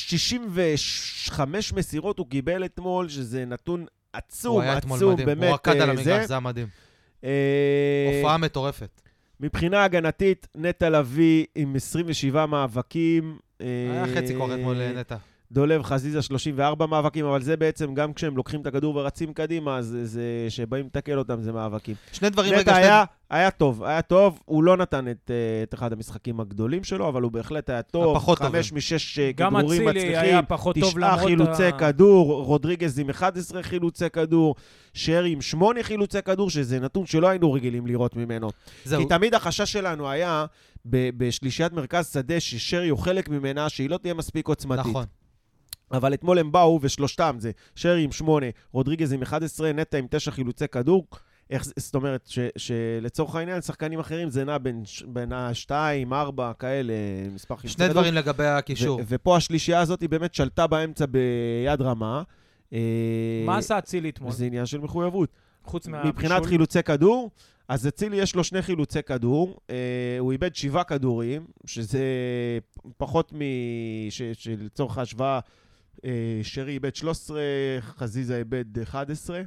65 מסירות הוא קיבל אתמול, שזה נתון עצום, באמת. הוא רקד על המגרש, זה היה מדהים. הופעה מטורפת. מבחינה הגנתית, נטע לביא עם 27 מאבקים. היה חצי כוח אתמול נטע. דולב חזיזה 34 מאבקים, אבל זה בעצם גם כשהם לוקחים את הכדור ורצים קדימה, אז זה שבאים לתקל אותם זה מאבקים. שני דברים נטע היה טוב, הוא לא נתן את אחד המשחקים הגדולים שלו, אבל הוא בהחלט היה טוב, 5 מ-6 כדורים מצליחים, 9 חילוצי כדור, רודריגז עם 11 חילוצי כדור, שרי עם 8 חילוצי כדור, שזה נתון שלא היינו רגילים לראות ממנו. כי תמיד החשש שלנו היה בשלישיית מרכז שדה, ששרי הוא חלק ממנה, שהיא לא תהיה מספיק עוצמתית. נכון. אבל אתמול הם באו, ושלושתם זה שרי עם 8, רודריגז עם 11, נטע עם 9 חילוצי כדור. זאת אומרת, שלצורך העניין, שחקנים אחרים זה נע בין 2, 4, כאלה, מספר חילוצי כדור. שני דברים לגבי הקישור. ופה השלישייה הזאת היא באמת שלטה באמצע ביד רמה. מה עשה אצילי אתמול? זה עניין של מחויבות. חוץ מהבישול? מבחינת חילוצי כדור, אז אצילי יש לו 2 חילוצי כדור, הוא איבד 7 כדורים, שזה פחות שלצורך ההשוואה, שרי איבד 13, חזיזה איבד 11.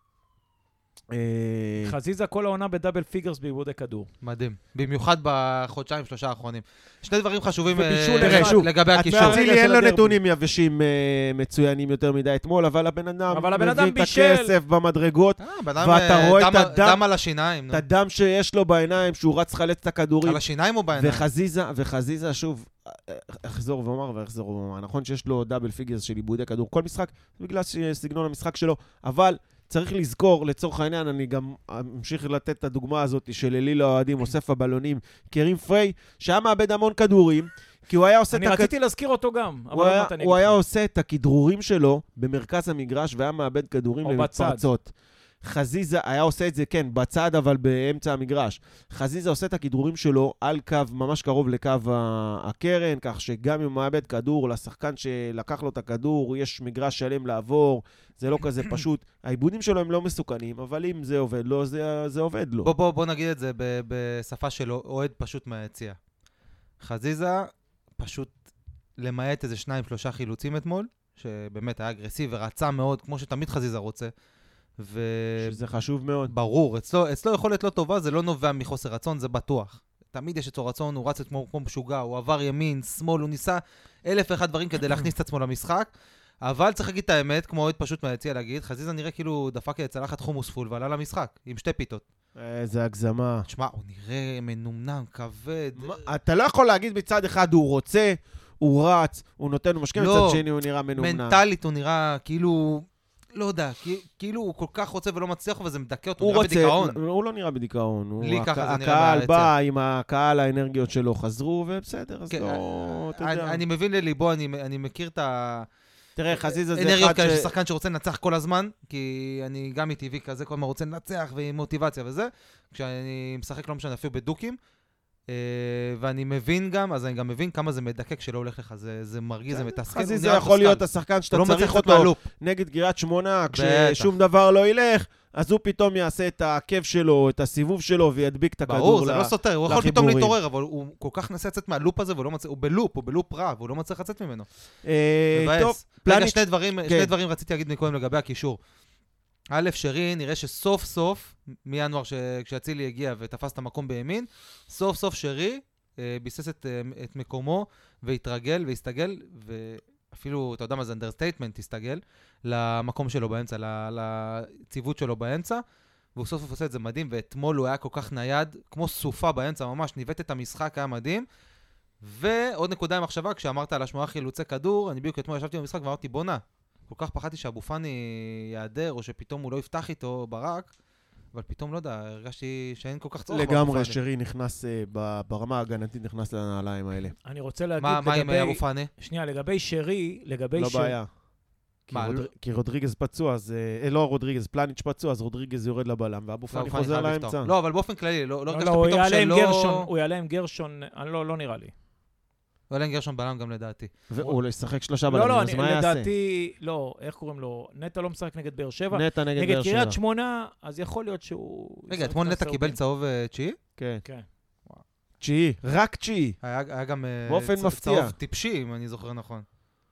חזיזה כל העונה בדאבל פיגרס בעיבודי כדור. מדהים. במיוחד בחודשיים, 3 האחרונים. שני דברים חשובים לגבי הקישור. אצילי אין לו נתונים יבשים מצוינים יותר מדי אתמול, אבל הבן אדם מביא את הכסף במדרגות, ואתה רואה את הדם על השיניים. את הדם שיש לו בעיניים, שהוא רץ חלץ את הכדורים. על השיניים או בעיניים? וחזיזה שוב, אחזור ואומר, נכון שיש לו דאבל פיגרס של עיבודי כדור כל משחק, בגלל סגנון המשחק שלו, אבל צריך לזכור, לצורך העניין, אני גם אמשיך לתת את הדוגמה הזאת של אליל האוהדים, אוסף הבלונים, קרים פריי, שהיה מאבד המון כדורים, כי הוא היה עושה אני רציתי להזכיר אותו גם. הוא היה עושה את הכדרורים שלו במרכז המגרש, והיה מאבד כדורים למתפרצות. חזיזה היה עושה את זה, כן, בצד, אבל באמצע המגרש. חזיזה עושה את הכדרורים שלו על קו, ממש קרוב לקו הקרן, כך שגם אם הוא מאבד כדור, לשחקן שלקח לו את הכדור, יש מגרש שלם לעבור, זה לא כזה פשוט. העיבודים שלו הם לא מסוכנים, אבל אם זה עובד לו, זה עובד לו. בוא נגיד את זה בשפה שלו, אוהד פשוט מהיציאה. חזיזה פשוט למעט איזה 2-3 חילוצים אתמול, שבאמת היה אגרסיבי ורצה מאוד, כמו שתמיד חזיזה רוצה. שזה חשוב מאוד. ברור, אצלו יכולת לא טובה, זה לא נובע מחוסר רצון, זה בטוח. תמיד יש אצלו רצון, הוא רץ כמו משוגע, הוא עבר ימין, שמאל, הוא ניסה 1,001 דברים כדי להכניס את עצמו למשחק, אבל צריך להגיד את האמת, כמו עוד פשוט מהיציע להגיד, חזיזה נראה כאילו דפק צלחת חומוס פול ועלה למשחק, עם 2 פיתות. איזה הגזמה. תשמע, הוא נראה מנומנם, כבד. אתה לא יכול להגיד מצד אחד, הוא רוצה, הוא רץ, הוא נותן, הוא משכם, מצד שני הוא נראה מנומנם. מנטלית הוא נראה כאילו... לא יודע, כאילו הוא כל כך רוצה ולא מצליח, וזה מדכא אותו, הוא נראה רוצה, בדיכאון. הוא לא נראה בדיכאון. לי ככה זה נראה הקהל מהיציע. בא עם הקהל, האנרגיות שלו חזרו, ובסדר, אז כן, לא, אתה יודע. אני מבין לליבו, אני מכיר את תראה, חזיזה זה האנרגיות אחד כאלה של שחקן שרוצה לנצח כל הזמן, כי אני גם מטבעי כזה, כל הזמן רוצה לנצח ועם מוטיבציה וזה, כשאני משחק לא משנה אפילו בדוקים, ואני מבין גם, אז אני גם מבין כמה זה מדכא כשלא הולך לך, זה מרגיז, זה מתסכל. חזיזה יכול להיות השחקן שאתה צריך אותו נגד קריית שמונה, כששום דבר לא ילך, אז הוא פתאום יעשה את העקב שלו, את הסיבוב שלו, וידביק את הכדור לחיבורים. ברור, זה לא סותר, הוא יכול פתאום להתעורר, אבל הוא כל כך נסה לצאת מהלופ הזה, הוא בלופ רע, והוא לא מצליח לצאת ממנו. טוב, רגע, שני דברים רציתי להגיד מקודם לגבי הקישור. א', שרי, נראה שסוף סוף, מינואר כשאצילי הגיע ותפס את המקום בימין, סוף סוף שרי ביסס את מקומו והתרגל והסתגל, ואפילו, אתה יודע מה זה אנדרסטייטמנט, הסתגל, למקום שלו באמצע, לציוות שלו באמצע, והוא סוף סוף עושה את זה מדהים, ואתמול הוא היה כל כך נייד, כמו סופה באמצע, ממש ניווט את המשחק, היה מדהים. ועוד נקודה עם מחשבה, כשאמרת על 8 חילוצי כדור, אני בדיוק אתמול ישבתי במשחק ואמרתי, בונה, כל כך פחדתי שאבו פאני יעדר, או שפתאום הוא לא יפתח איתו ברק, אבל פתאום, לא יודע, הרגשתי שאין כל כך צורך. לגמרי, שרי נכנס, ברמה ההגנתית נכנס לנעליים האלה. אני רוצה להגיד מה עם אבו פאני? שנייה, לגבי שרי, לא בעיה. כי רודריגז פצוע, אז... לא רודריגז, פלניץ' פצוע, אז רודריגז יורד לבלם, ואבו פאני חוזר לאמצע. לא, אבל באופן כללי, לא הרגשת הוא פתאום שלא... הוא יעלה עם גרשון, לא נראה לי. הוא יעלה עם גרשון בלם גם לדעתי. והוא ישחק 3 בלמים, אז מה יעשה? לדעתי, לא, איך קוראים לו? נטע לא משחק נגד באר שבע. נטע נגד באר שבע. נגד קריית שמונה, אז יכול להיות שהוא... רגע, אתמול נטע קיבל צהוב 9? כן. 9, רק 9. היה גם צהוב טיפשי, אם אני זוכר נכון.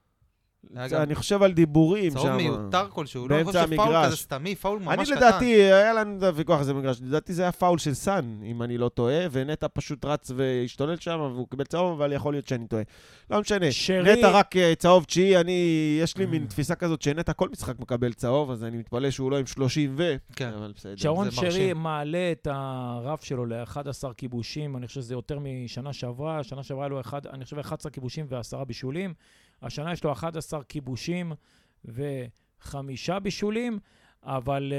אני חושב על דיבורים שם. צהוב מיותר כלשהו, לא באמצע חושב פאול המגרש. כזה סתמי, פאול ממש קטן. אני לדעתי, היה לנו ויכוח הזה במגרש, לדעתי זה היה פאול של סן, אם אני לא טועה, ונטע פשוט רץ והשתולל שם, והוא קיבל צהוב, אבל יכול להיות שאני טועה. לא משנה, נטע רק צהוב 9, יש לי מין תפיסה כזאת שנטע כל משחק מקבל צהוב, אז אני מתפלא שהוא לא עם 30 אבל בסדר. שרון שרי מעלה את הרף שלו ל-11 כיבושים, אני חושב שזה יותר משנה שעברה, שנה שעברה היה לו אני חושב 11 כיבושים ו10 בישולים. השנה יש לו 11 כיבושים ו5 בישולים, אבל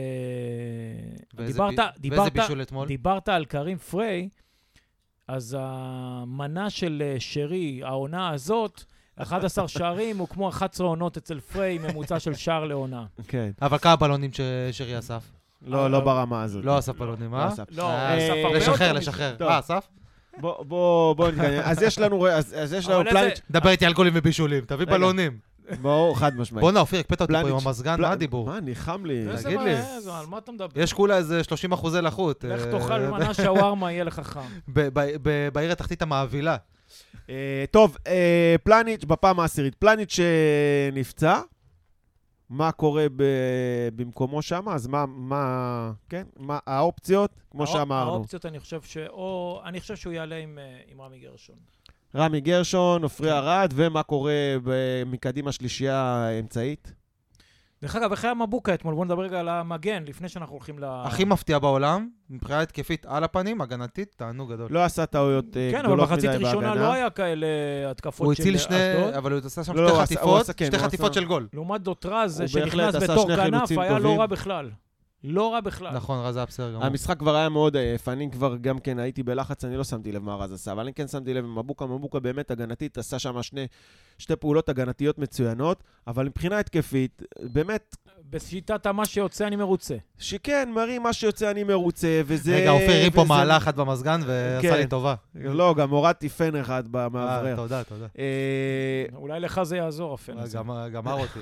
דיברת על קרים פריי, אז המנה של שרי, העונה הזאת, 11 שערים הוא כמו 11 עונות אצל פריי, ממוצע של שער לעונה. כן. אבל כמה בלונים שרי אסף? לא ברמה הזאת. לא אסף בלונים, אה? לא, אסף לשחרר. אסף? בוא נתקדם. אז יש לנו פלניץ'. דבר איתי על גולים ובישולים, תביא בלונים. בואו, חד משמעית. בוא נאופיר, הקפאת אותי פה עם המזגן, מה הדיבור? מה, ניחם לי. תגיד לי. על מה אתה מדבר? יש כולה איזה 30% לחות. לך תאכל מנה שווארמה, יהיה לך חם. בעיר התחתית המעבילה. טוב, פלניץ' בפעם העשירית. פלניץ' נפצע. מה קורה במקומו שם? אז מה האופציות? כמו שאמרנו. האופציות, אני חושב שהוא יעלה עם רמי גרשון. רמי גרשון, עופרי ארד, ומה קורה מקדימה שלישייה האמצעית? דרך אגב, אחרי המבוקה אתמול, בואו נדבר רגע על המגן, לפני שאנחנו הולכים הכי מפתיע בעולם, מבחינה התקפית על הפנים, הגנתית, תענוג גדול. לא עשה טעויות גדולות מדי בהגנה. כן, אבל בחצית ראשונה לא היה כאלה התקפות של אשדוד. הוא הציל אבל הוא עשה שם שתי חטיפות של גול. לעומת דוטרז, שנכנס בתור כנף, היה לא רע בכלל. לא רע בכלל. נכון, רז היה בסדר גמור. המשחק כבר היה מאוד עייף, אני כבר גם כן הייתי בלחץ, אני לא שמתי לב מה רז עשה, אבל אני כן שמתי לב, מבוקה באמת הגנתית, עשה שם שתי פעולות הגנתיות מצוינות, אבל מבחינה התקפית, באמת... בשיטת מה שיוצא אני מרוצה. שכן, מרי, מה שיוצא אני מרוצה, וזה... רגע, אופיר הרים פה מעלה אחת במזגן, ועשה לי טובה. לא, גם הורדתי פן אחד במעברר. תודה. אולי לך זה יעזור, הפן הזה. גמר אותי.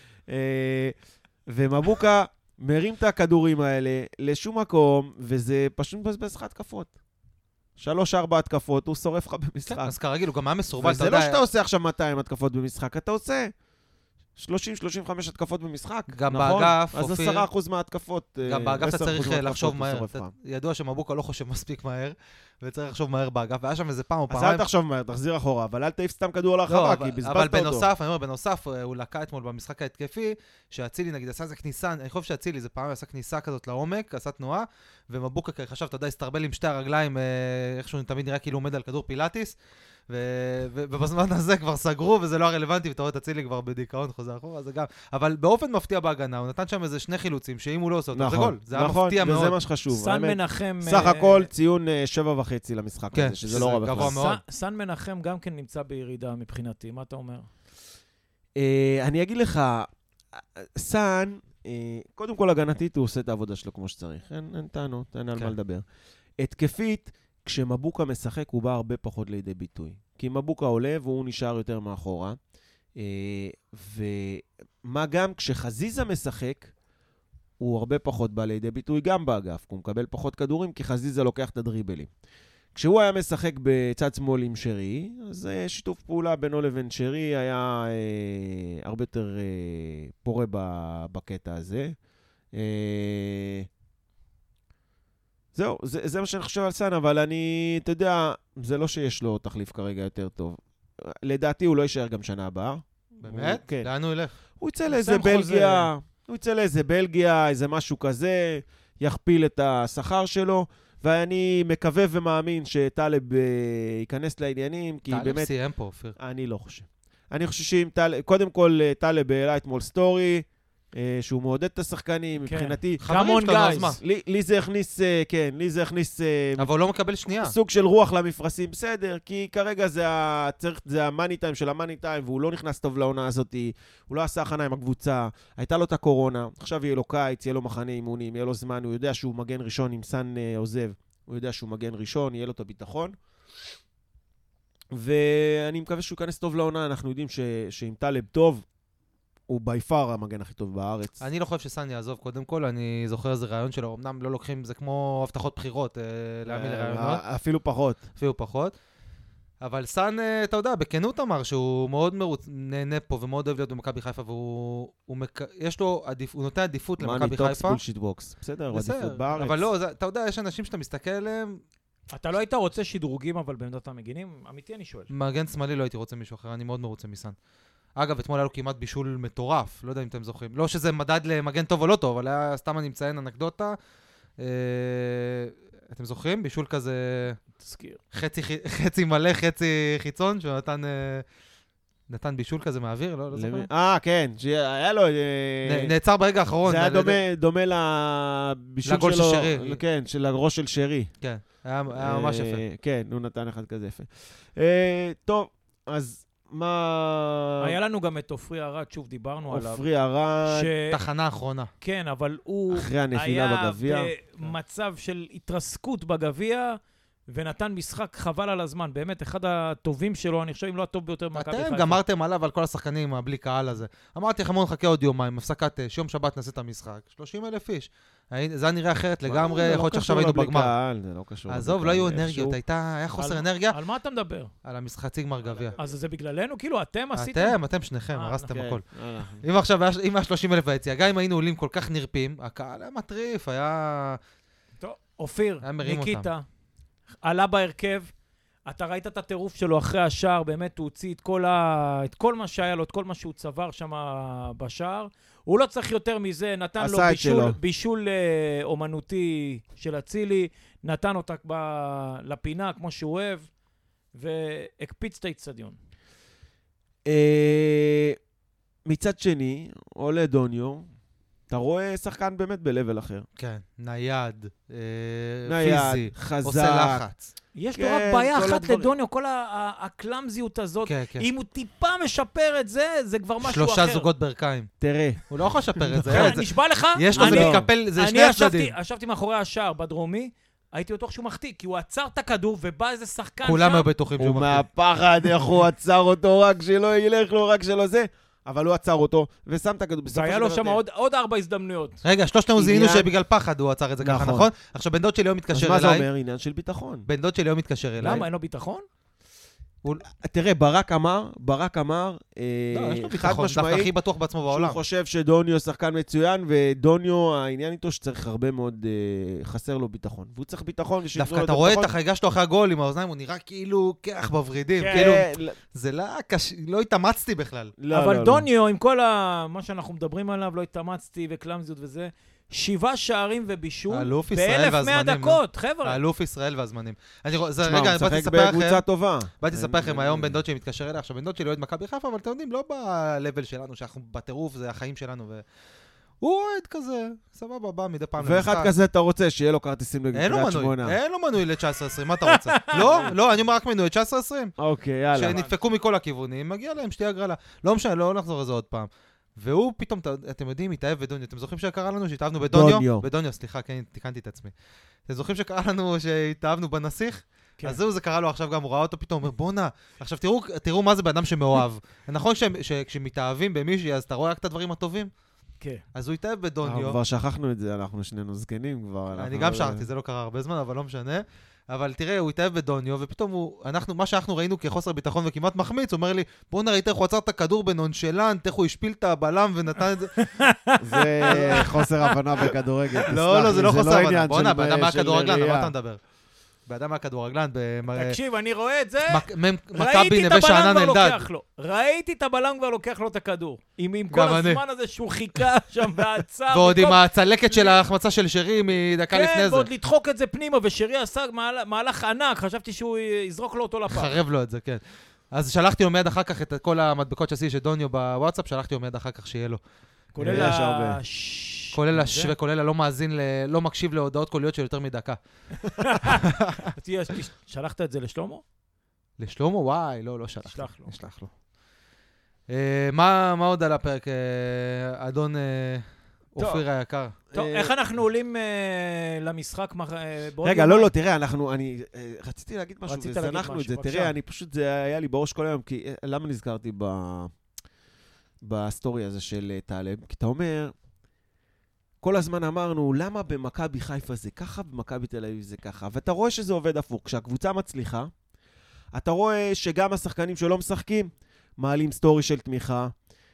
ומבוקה מרים את הכדורים האלה לשום מקום, וזה פשוט מבזבז לך התקפות. 3-4 התקפות, הוא שורף לך במשחק. אז כרגיל, הוא גם היה מסורבל. וזה לא שאתה עושה עכשיו 200 התקפות במשחק, אתה עושה 30-35 התקפות במשחק, גם נכון? באגף, אז 10% מההתקפות. גם באגף אתה צריך לחשוב מהר. ידוע שמבוקה לא חושב מספיק מהר, וצריך לחשוב מהר באגף, והיה שם איזה פעם או פעמיים. אז אל תחשוב מהר, תחזיר אחורה, אבל אל תעיף סתם כדור להרחבה, כי בזבזת אותו. אבל בנוסף, הוא לקה אתמול במשחק ההתקפי, שאצילי נגיד עשה איזה כניסה, אני חושב שאצילי זה פעם עשה כניסה כזאת לעומק, עשה תנועה, ומבוקה חשב, אתה יודע, הסתרבל עם שתי הרגליים, איכשהו תמיד נראה כאילו עומד על כדור פילאטיס, ובזמן הזה כבר סגרו, וזה לא הרלוונטי, ואתה רואה את אצילי כבר בדיכאון, חוזר אחורה, זה גם... אבל באופן מפתיע בהגנה, הוא נתן שם איזה 2 חילוצים, שאם הוא לא עושה אותם, זה גול. זה היה מפתיע מאוד. וזה מה שחשוב. סן מנחם... סך הכל ציון 7.5 למשחק הזה, שזה לא רע בכלל. סן מנחם גם כן נמצא בירידה מבחינתי, מה אתה אומר? אני אגיד לך, סן, קודם כל הגנתית הוא עושה את העבודה שלו כמו שצריך. אין טענות, אין על מה לדבר. התקפית, כשמבוקה משחק הוא בא הרבה פחות לידי ביטוי. כי מבוקה עולה והוא נשאר יותר מאחורה. ומה גם כשחזיזה משחק, הוא הרבה פחות בא לידי ביטוי גם באגף. הוא מקבל פחות כדורים כי חזיזה לוקח את הדריבלים. כשהוא היה משחק בצד שמאל עם שרי, אז שיתוף פעולה בינו לבין שרי היה הרבה יותר פורה בקטע הזה. זהו, זה מה שאני חושב על סן, אבל אתה יודע, זה לא שיש לו תחליף כרגע יותר טוב. לדעתי הוא לא יישאר גם שנה הבאה. באמת? כן. לאן הוא ילך? הוא יצא לאיזה בלגיה, איזה משהו כזה, יכפיל את השכר שלו, ואני מקווה ומאמין שטלב ייכנס לעניינים, כי באמת... טלב סיים פה, אופיר. אני לא חושב. אני חושב שאם טלב... קודם כל, טלב העלה אתמול סטורי, שהוא מעודד את השחקנים, מבחינתי... חמון גייז. לי זה הכניס, כן, לי זה הכניס... אבל הוא לא מקבל שנייה. סוג של רוח למפרשים, בסדר, כי כרגע זה המאני טיים של המאני טיים, והוא לא נכנס טוב לעונה הזאת, הוא לא עשה הכנה עם הקבוצה, הייתה לו את הקורונה, עכשיו יהיה לו קיץ, יהיה לו מחנה אימונים, יהיה לו זמן, הוא יודע שהוא מגן ראשון, אם סן עוזב, הוא יודע שהוא מגן ראשון, יהיה לו את הביטחון. ואני מקווה שהוא ייכנס טוב לעונה, אנחנו יודעים שאם טלב טוב, הוא ביפר המגן הכי טוב בארץ. אני לא חושב שסן יעזוב קודם כל, אני זוכר איזה רעיון שלו, אמנם לא לוקחים, זה כמו הבטחות בחירות, להאמין לרעיונות. אפילו פחות. אפילו פחות. אבל סן, אתה יודע, בכנות אמר שהוא מאוד נהנה פה ומאוד אוהב להיות במכבי חיפה, והוא נותן עדיפות למכבי חיפה. מאני טוקס בולשיט בוקס. בסדר, עדיפות בארץ. אבל לא, אתה יודע, יש אנשים שאתה מסתכל עליהם. אתה לא היית רוצה שדרוגים, אבל בעמדת המגינים? אמיתי אני שואל. מגן שמאלי לא הייתי רוצה מישהו אחר, אני מאוד מרוצה מסן. אגב, אתמול היה לו כמעט בישול מטורף, לא יודע אם אתם זוכרים. לא שזה מדד למגן טוב או לא טוב, אבל היה סתם אני מציין אנקדוטה. אתם זוכרים? בישול כזה... תזכיר. חצי מלא, חצי חיצון, שהוא נתן בישול כזה מהאוויר, לא זוכרים? כן, היה לו... נעצר ברגע האחרון. זה היה דומה לבישול שלו. לגול של שרי. כן, של הראש של שרי. כן, היה ממש יפה. כן, הוא נתן אחד כזה יפה. טוב, אז... מה... היה לנו גם את אופרי ארד, שוב דיברנו עליו. אופרי ארד... תחנה אחרונה. כן, אבל הוא... אחרי הנפילה בגביע. היה במצב של התרסקות בגביע, ונתן משחק חבל על הזמן. באמת, אחד הטובים שלו, אני חושב, אם לא הטוב ביותר במכבי חיפה. אתם גמרתם עליו על כל השחקנים, בלי קהל הזה. אמרתי לכם, נחכה עוד יומיים, הפסקת יום שבת נעשה את המשחק. 30,000 איש. זה נראה אחרת לגמרי, יכול להיות שעכשיו היינו בגמר. זה לא קשור. עזוב, לא היו אנרגיות, היה חוסר אנרגיה. על מה אתה מדבר? על המשחצי גמר גביע. אז זה בגללנו? כאילו, אתם עשיתם? אתם שניכם, הרסתם הכל. אם היה 30,000 ביציאה, גם אם היינו עולים כל כך נרפים, הקהל היה מטריף, היה... טוב, אופיר, ניקיטה, עלה בהרכב, אתה ראית את הטירוף שלו אחרי השער, באמת הוא הוציא את כל מה שהיה לו, את כל מה שהוא צבר שם בשער. הוא לא צריך יותר מזה, נתן לו בישול אומנותי של אצילי, נתן אותה לפינה כמו שהוא אוהב, והקפיץ את האצטדיון. מצד שני, עולה דוניו, אתה רואה שחקן באמת בלבל אחר. כן, נייד, פיזי, חזק. עושה לחץ. יש לו רק בעיה אחת לדוניו, כל הקלמזיות הזאת, אם הוא טיפה משפר את זה, זה כבר משהו אחר. 3 זוגות ברכיים. תראה. הוא לא יכול לשפר את זה. נשבע לך, יש לו זה מתקפל, זה שני הצדדים. אני ישבתי מאחורי השער בדרומי, הייתי בטוח שהוא מחטיא, כי הוא עצר את הכדור ובא איזה שחקן שם. כולם היו בטוחים שהוא מחטיא. הוא מהפחד, איך הוא עצר אותו, רק שלא ילך לו, רק שלא זה. אבל הוא עצר אותו, ושם את הכדור. והיה לו שם עוד 4 הזדמנויות. רגע, שלושתנו זיהינו שבגלל פחד הוא עצר את זה ככה, נכון? עכשיו, בן דוד שלי לא מתקשר אליי. אז מה זה אומר? עניין של ביטחון. בן דוד שלי לא מתקשר אליי. למה? אין לו ביטחון? תראה, ברק אמר, יש לו ביטחון, דווקא הכי בטוח בעצמו בעולם. שהוא חושב שדוניו שחקן מצוין, ודוניו, העניין איתו שצריך הרבה מאוד, חסר לו ביטחון. והוא צריך ביטחון, דווקא אתה רואה את החגיגה שלו אחרי הגול עם האוזניים, הוא נראה כאילו כח בוורידים, כאילו, זה לא התאמצתי בכלל. אבל דוניו, עם כל מה שאנחנו מדברים עליו, לא התאמצתי וקלמזיות וזה, 7 שערים ובישול, האלוף ישראל והזמנים. ב-1100 דקות, חבר'ה. האלוף ישראל והזמנים. רגע, הוא משחק בקבוצה טובה. באתי לספר לכם, היום בן דוד שלי מתקשר אליה, עכשיו בן דוד שלי אוהד מכבי חיפה, אבל אתם יודעים, לא בלבל שלנו, שאנחנו בטירוף, זה החיים שלנו, הוא אוהד כזה, סבבה, בא מדי פעם למשחק. ואחד כזה אתה רוצה, שיהיה לו כרטיסים לקריית שמונה. אין לו מנוי ל-19-20, מה אתה רוצה? לא, אני אומר רק מנוי 19-20. אוקיי, יאללה. שנדפקו מכל הכיוונים, מגיע להם שתהיה הגרלה. לא משנה, לא נחזור לזה עוד פעם. והוא פתאום, אתם יודעים, התאהב בדוניו. אתם זוכרים שקרה לנו שהתאהבנו בדוניו? בדוניו, סליחה, כן, תיקנתי את עצמי. אתם זוכרים שקרה לנו שהתאהבנו בנסיך? אז זהו, זה קרה לו עכשיו גם, הוא ראה אותו פתאום, אומר, בונה, עכשיו תראו מה זה באדם שמאוהב. נכון שכשמתאהבים במישהי, אז אתה רואה רק את הדברים הטובים? כן. אז הוא התאהב בדוניו. כבר שכחנו את זה, אנחנו שנינו זקנים כבר. אני גם שכחתי, זה לא קרה הרבה זמן, אבל לא משנה. אבל תראה, הוא התאהב בדוניו, ופתאום מה שאנחנו ראינו כחוסר ביטחון וכמעט מחמיץ, הוא אומר לי, בוא נראה איך הוא עצר את הכדור בנונשלנט, איך הוא השפיל את הבלם ונתן את זה. זה חוסר הבנה בכדורגל. לא, זה לא חוסר הבנה. בוא נראה, באדם מהכדורגלן, על מה אתה מדבר? באדם מהכדורגלן, תקשיב, אני רואה את זה, מכבי נווה שאנן אלדד. ראיתי את הבלם כבר לוקח לו את הכדור. עם כל הזמן הזה שהוא חיכה שם ועצר. ועוד עם הצלקת של ההחמצה של שרי מדקה לפני זה. כן, ועוד לדחוק את זה פנימה, ושרי עשה מהלך ענק, חשבתי שהוא יזרוק לו אותו לפח. חרב לו את זה, כן. אז שלחתי לו מיד אחר כך את כל המדבקות שעשיתי של דוניו בוואטסאפ, שלחתי לו מיד אחר כך שיהיה לו. כולל הלא מאזין, לא מקשיב להודעות קוליות של יותר מדקה. שלחת את זה לשלמה? לשלמה? וואי, לא שלחתי. נשלח לו. מה עוד על הפרק, אדון אופיר היקר? טוב, איך אנחנו עולים למשחק? רגע, לא, תראה, אני רציתי להגיד משהו, וזנחנו את זה. תראה, אני פשוט, זה היה לי בראש כל היום, כי למה נזכרתי בסטורי הזה של טלב? כי אתה אומר, כל הזמן אמרנו, למה במכבי חיפה זה ככה, במכבי תל אביב זה ככה? ואתה רואה שזה עובד הפוך. כשהקבוצה מצליחה, אתה רואה שגם השחקנים שלא משחקים, מעלים סטורי של תמיכה,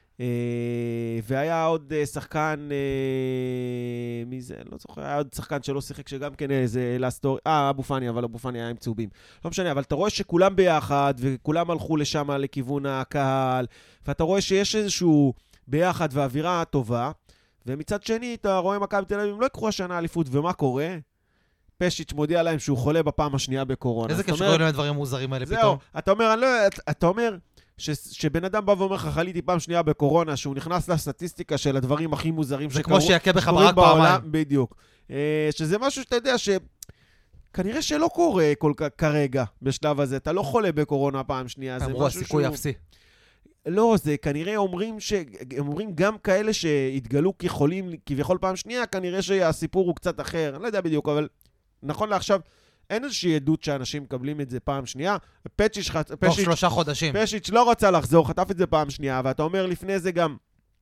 והיה עוד שחקן, מי זה? לא זוכר, היה עוד שחקן שלא שיחק, שגם כן איזה לסטורי, אבו פני, אבל אבו פני היה עם צהובים. לא משנה, אבל אתה רואה שכולם ביחד, וכולם הלכו לשם לכיוון הקהל, ואתה רואה שיש איזשהו ביחד ואווירה טובה, ומצד שני, אתה רואה מכבי תל אביב, הם לא יקחו השנה אליפות, ומה קורה? פשיץ' מודיע להם שהוא חולה בפעם השנייה בקורונה. איזה כיף שקוראים להם דברים מוזרים האלה פתאום. זהו, אתה אומר שבן אדם בא ואומר לך, חליתי פעם שנייה בקורונה, שהוא נכנס לסטטיסטיקה של הדברים הכי מוזרים שקורים זה כמו שיקה בך ברק פעמיים. בדיוק. שזה משהו שאתה יודע כנראה שלא קורה כרגע בשלב הזה. אתה לא חולה בקורונה פעם שנייה. אמרו הסיכוי אפסי. לא, זה כנראה אומרים גם כאלה שהתגלו כחולים כביכול פעם שנייה, כנראה שהסיפור הוא קצת אחר. אני לא יודע בדיוק, אבל נכון לעכשיו, אין איזושהי עדות שאנשים מקבלים את זה פעם שנייה. תוך 3 חודשים. פשיץ' לא רצה לחזור, חטף את זה פעם שנייה, ואתה אומר לפני זה גם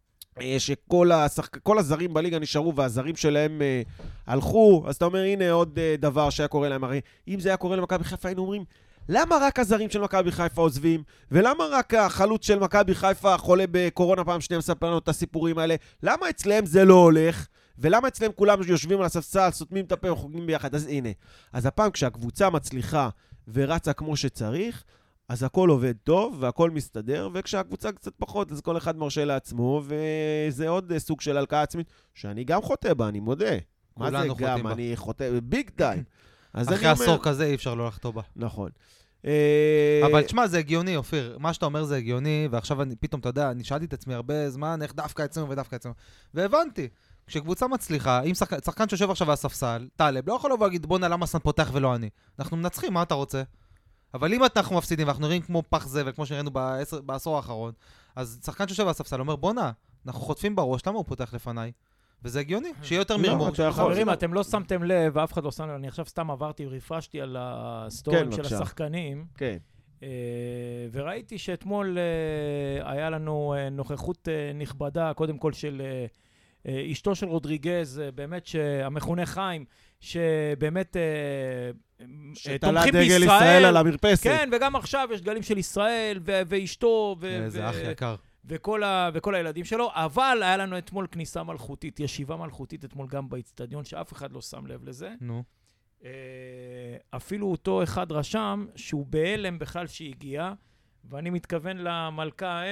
שכל הזרים בליגה נשארו והזרים שלהם הלכו, אז אתה אומר, הנה עוד דבר שהיה קורה להם. הרי אם זה היה קורה למכבי חיפה, היינו אומרים, למה רק הזרים של מכבי חיפה עוזבים? ולמה רק החלוץ של מכבי חיפה חולה בקורונה פעם שנייה מספר לנו את הסיפורים האלה? למה אצלם זה לא הולך? ולמה אצלם כולם יושבים על הספסל, סותמים את הפה וחוגגים ביחד? אז הנה. אז הפעם כשהקבוצה מצליחה ורצה כמו שצריך, אז הכל עובד טוב והכל מסתדר, וכשהקבוצה קצת פחות, אז כל אחד מרשה לעצמו, וזה עוד סוג של הלקאה עצמית, שאני גם חוטא בה, אני מודה. מה זה גם? אני חוטא ביג טיים. אחרי עשור כזה אי אפשר לא לחטוא בה. נכון. אבל תשמע, זה הגיוני, אופיר. מה שאתה אומר זה הגיוני, ועכשיו פתאום, אתה יודע, אני שאלתי את עצמי הרבה זמן, איך דווקא אצלנו ודווקא אצלנו. והבנתי, כשקבוצה מצליחה, אם שחקן שיושב עכשיו על הספסל, טלב, לא יכול לבוא להגיד, בוא נעלה מסן פותח ולא אני. אנחנו מנצחים, מה אתה רוצה? אבל אם אנחנו מפסידים, ואנחנו נראים כמו פח זבל, כמו שראינו בעשור האחרון, אז שחקן שיושב על הספסל אומר, בוא נע, אנחנו חוטפים בראש, למה הוא פותח לפניי? וזה הגיוני, שיהיה יותר מרמור. חברים, אתם לא שמתם לב, ואף אחד לא שם לב, אני עכשיו סתם עברתי, רפרשתי על הסטורים של השחקנים, וראיתי שאתמול היה לנו נוכחות נכבדה, קודם כל של אשתו של רודריגז, באמת שהמכונה חיים, שבאמת שתלה דגל ישראל על המרפסת. כן, וגם עכשיו יש דגלים של ישראל ואשתו. זה אח יקר. וכל הילדים שלו, אבל היה לנו אתמול כניסה מלכותית, ישיבה מלכותית אתמול גם באצטדיון, שאף אחד לא שם לב לזה. נו. אפילו אותו אחד רשם שהוא בהלם בכלל שהגיע, ואני מתכוון למלכה האם,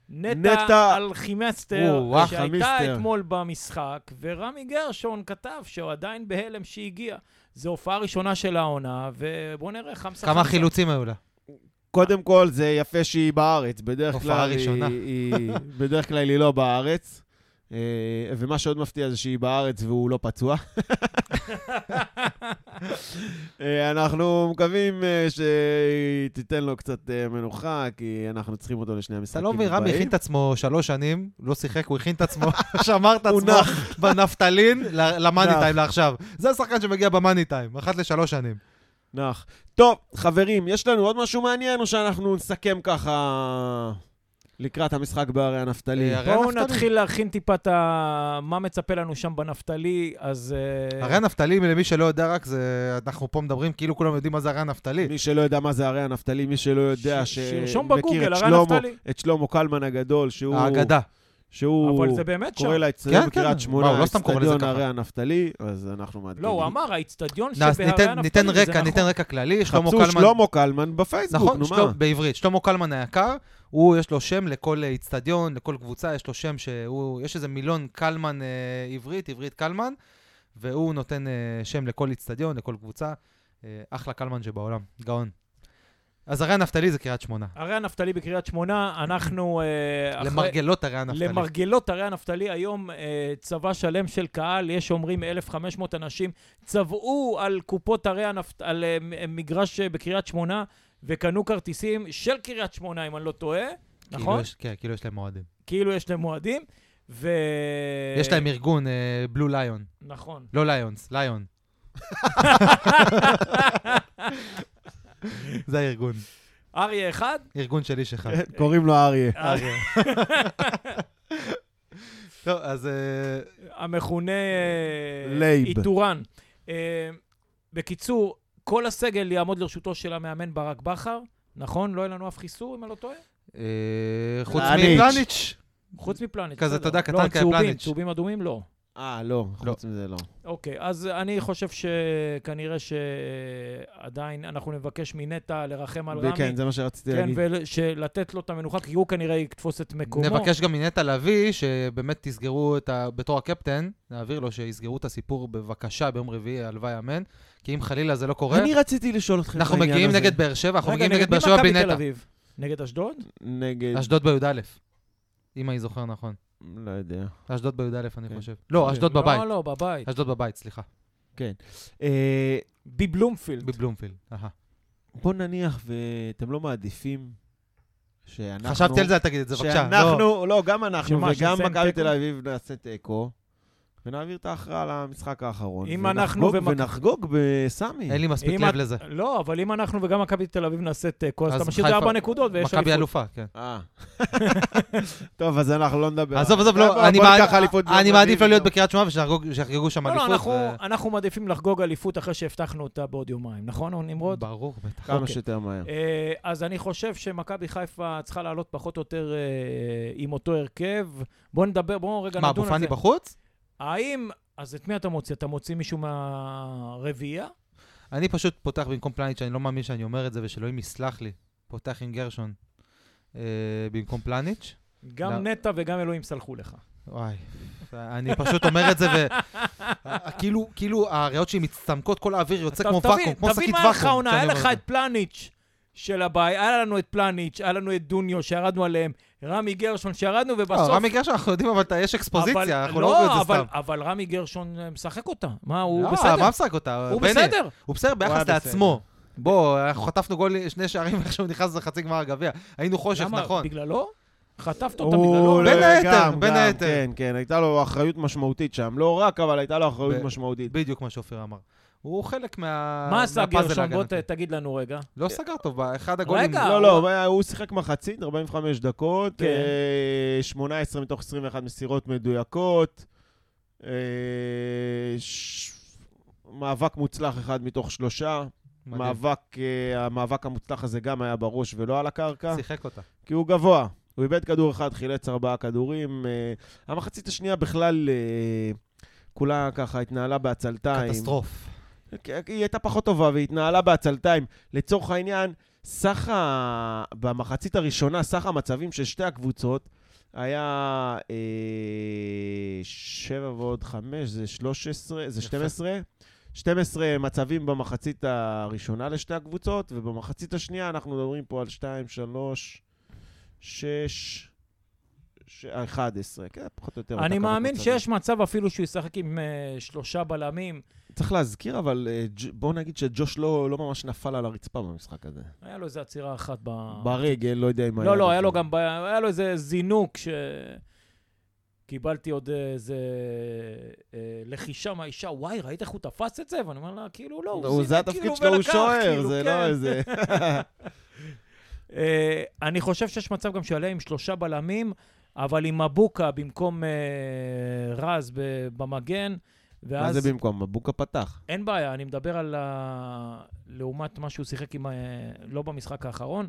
נטע אלכימסטר, או, שהייתה חמיסטר. אתמול במשחק, ורמי גרשון כתב שהוא עדיין בהלם שהגיע. זו הופעה ראשונה של העונה, ובואו נראה חמסה. כמה חילוצים היו לה? קודם כל, זה יפה שהיא בארץ. בדרך הופעה כלל ראשונה. בדרך כלל היא לא בארץ. ומה שעוד מפתיע זה שהיא בארץ והוא לא פצוע. אנחנו מקווים שהיא תיתן לו קצת מנוחה, כי אנחנו צריכים אותו לשני המשחקים. אתה לא מבין, רמי הכין את עצמו 3 שנים, לא שיחק, הוא הכין את עצמו, שמר את עצמו בנפטלין למאני טיים לעכשיו. זה השחקן שמגיע במאני טיים, 1 ל3 שנים. נח. טוב, חברים, יש לנו עוד משהו מעניין, או שאנחנו נסכם ככה לקראת המשחק בהרי הנפתלי? בואו נתחיל להכין טיפה מה מצפה לנו שם בנפתלי, אז... הרי הנפתלי, למי שלא יודע רק, אנחנו פה מדברים כאילו כולם יודעים מה זה הרי הנפתלי. מי שלא יודע מה זה הרי הנפתלי, מי שלא יודע שירשום בגוגל, הרי הנפתלי. את שלמה קלמן הגדול, שהוא... האגדה. שהוא אבל זה באמת קורא שם. לאצטדיון בקריית שמונה, לא סתם קורא לזה האצטדיון ככה. הרי הנפתלי, אז אנחנו מעדכנים. לא, הוא אמר, האצטדיון שבהרי הנפתלי, ניתן רקע כללי. חפשו שלמה קלמן בפייסבוק, נו מה? נכון, בעברית. שלמה קלמן היקר, יש לו שם לכל אצטדיון, לכל קבוצה, יש לו שם יש איזה מילון קלמן עברית קלמן, והוא נותן שם לכל אצטדיון, לכל קבוצה. אחלה קלמן שבעולם, גאון. אז הרי הנפתלי זה קריית שמונה. הרי הנפתלי בקריית שמונה, אנחנו... למרגלות הרי הנפתלי. למרגלות הרי הנפתלי, היום צבא שלם של קהל, יש אומרים 1,500 אנשים, צבעו על קופות הרי על מגרש בקריית שמונה, וקנו כרטיסים של קריית שמונה, אם אני לא טועה, נכון? כן, כאילו יש להם מועדים. כאילו יש להם מועדים, יש להם ארגון, בלו ליון. נכון. לא ליונס, ליון. זה הארגון. אריה אחד? ארגון של איש אחד. קוראים לו אריה. טוב, אז... המכונה... לייב. איתורן. בקיצור, כל הסגל יעמוד לרשותו של המאמן ברק בכר, נכון? לא יהיה לנו אף חיסור, אם אני לא טועה? חוץ מפלניץ'. חוץ מפלניץ'. כזה, אתה יודע, קטן לא, כפלניץ'. צהובים אדומים לא. לא, חוץ מזה לא. אוקיי, אז אני חושב שכנראה שעדיין אנחנו נבקש מנטע לרחם על רמי. כן, זה מה שרציתי להגיד. כן, ולתת לו את המנוחה, כי הוא כנראה יתפוס את מקומו. נבקש גם מנטע להביא, שבאמת תסגרו בתור הקפטן, נעביר לו שיסגרו את הסיפור בבקשה ביום רביעי, הלוואי אמן, כי אם חלילה זה לא קורה... אני רציתי לשאול אתכם אנחנו מגיעים נגד באר שבע, אנחנו מגיעים נגד באר שבע בלי נטע. נגד אשדוד? נגד... אשדוד בי"א, אם אני זוכר נכון. לא יודע. אשדוד בי"א, אני חושב. לא, אשדוד בבית. לא, בבית. אשדוד בבית, סליחה. כן. בבלומפילד. בבלומפילד, בוא נניח, ואתם לא מעדיפים שאנחנו... חשבתי על זה, תגיד את זה, בבקשה. שאנחנו, לא, גם אנחנו וגם שנסיים מכבי תיקו? תל אביב נעשה תיקו, ונעביר את ההכרעה למשחק האחרון. אם אנחנו ונחגוג בסמי. אין לי מספיק לב לזה. לא, אבל אם אנחנו וגם מכבי תל אביב נעשה תיקו, אז אז אתה משאיר חיפה- 4 נקודות ויש מכבי אלופה, כן. טוב, אז אנחנו לא נדבר. עזוב, בוא לא, ניקח אליפות ביום אני מעדיף רביעי לא להיות וזהו. בקריית שמונה ושיחגגו שם לא, אליפות. אנחנו מעדיפים לחגוג אליפות אחרי שהבטחנו אותה בעוד יומיים, נכון, נמרוד? ברור, בטח. כמה אוקיי. שיותר מהר. אז אני חושב שמכבי חיפה צריכה לעלות פחות או יותר עם אותו הרכב. בואו נדבר, בואו רגע מה, נדון אבו על זה. פאני בחוץ? האם, אז את מי אתה מוציא? אתה מוציא מישהו מהרביעייה? אני פשוט פותח במקום פלניץ', אני לא מאמין שאני אומר את זה, ושאלוהים יסלח לי. פותח עם גרשון במקום פלניץ'. גם נטע וגם אלוהים סלחו לך. וואי, אני פשוט אומר את זה, וכאילו הריאות שלי מצטמקות, כל האוויר יוצא כמו ואקום, כמו שקית תבין מה ואקום. לך העונה, היה לך את פלניץ' של הבית, היה לנו את פלניץ', היה לנו את דוניו שירדנו עליהם, רמי גרשון שירדנו, ובסוף... רמי גרשון, אנחנו יודעים, אבל יש אקספוזיציה, אנחנו לא רואים את זה סתם. אבל רמי גרשון משחק אותה. מה, הוא לא, בסדר? מה משחק אותה? הוא בני, בסדר. הוא בסדר היה ביחס בסדר. לעצמו. בוא, אנחנו חטפנו גול 2 שערים עכשיו נכנס לחצי גמר הגביע. היינו חושך, נכון. בגללו? חטפת אותה בגללו? בין היתר, גם, בין היתר. כן, כן, הייתה לו אחריות משמעותית שם. לא רק, אבל הייתה לו אחריות משמעותית. בדיוק מה שאופיר אמר. הוא חלק מה עשה גרשון? בוא תגיד לנו רגע. לא סגר טוב, אחד הגולים... רגע. לא, הוא שיחק מחצית, 45 דקות, כן. 18 מתוך 21 מסירות מדויקות, מאבק מוצלח 1 מתוך 3, המאבק המוצלח הזה גם היה בראש ולא על הקרקע, שיחק אותה. כי הוא גבוה. הוא איבד כדור אחד, חילץ 4 כדורים. המחצית השנייה בכלל כולה ככה התנהלה בעצלתיים. קטסטרוף. היא הייתה פחות טובה והיא התנהלה בעצלתיים. לצורך העניין, במחצית הראשונה, סך המצבים של שתי הקבוצות היה 7 ועוד 5, זה 13, זה 12. 12 מצבים במחצית הראשונה לשתי הקבוצות, ובמחצית השנייה אנחנו מדברים פה על 2, 3, 6, 11. כן, פחות או יותר. אני מאמין שיש מצב אפילו שהוא ישחק עם 3 בלמים. צריך להזכיר, אבל בואו נגיד שג'וש לא ממש נפל על הרצפה במשחק הזה. היה לו איזו עצירה אחת ברגל, לא יודע אם היה. לא, היה לו איזה זינוק קיבלתי עוד איזה לחישה מהאישה, וואי, ראית איך הוא תפס את זה? ואני אומר לה, כאילו, לא, הוא זה התפקיד שלו, הוא שוער, זה לא איזה... אני חושב שיש מצב גם שעליה עם 3 בלמים, אבל עם מבוקה במקום רז במגן, מה זה במקום? מבוקה פתח. אין בעיה, אני מדבר על לעומת מה שהוא שיחק עם... לא במשחק האחרון.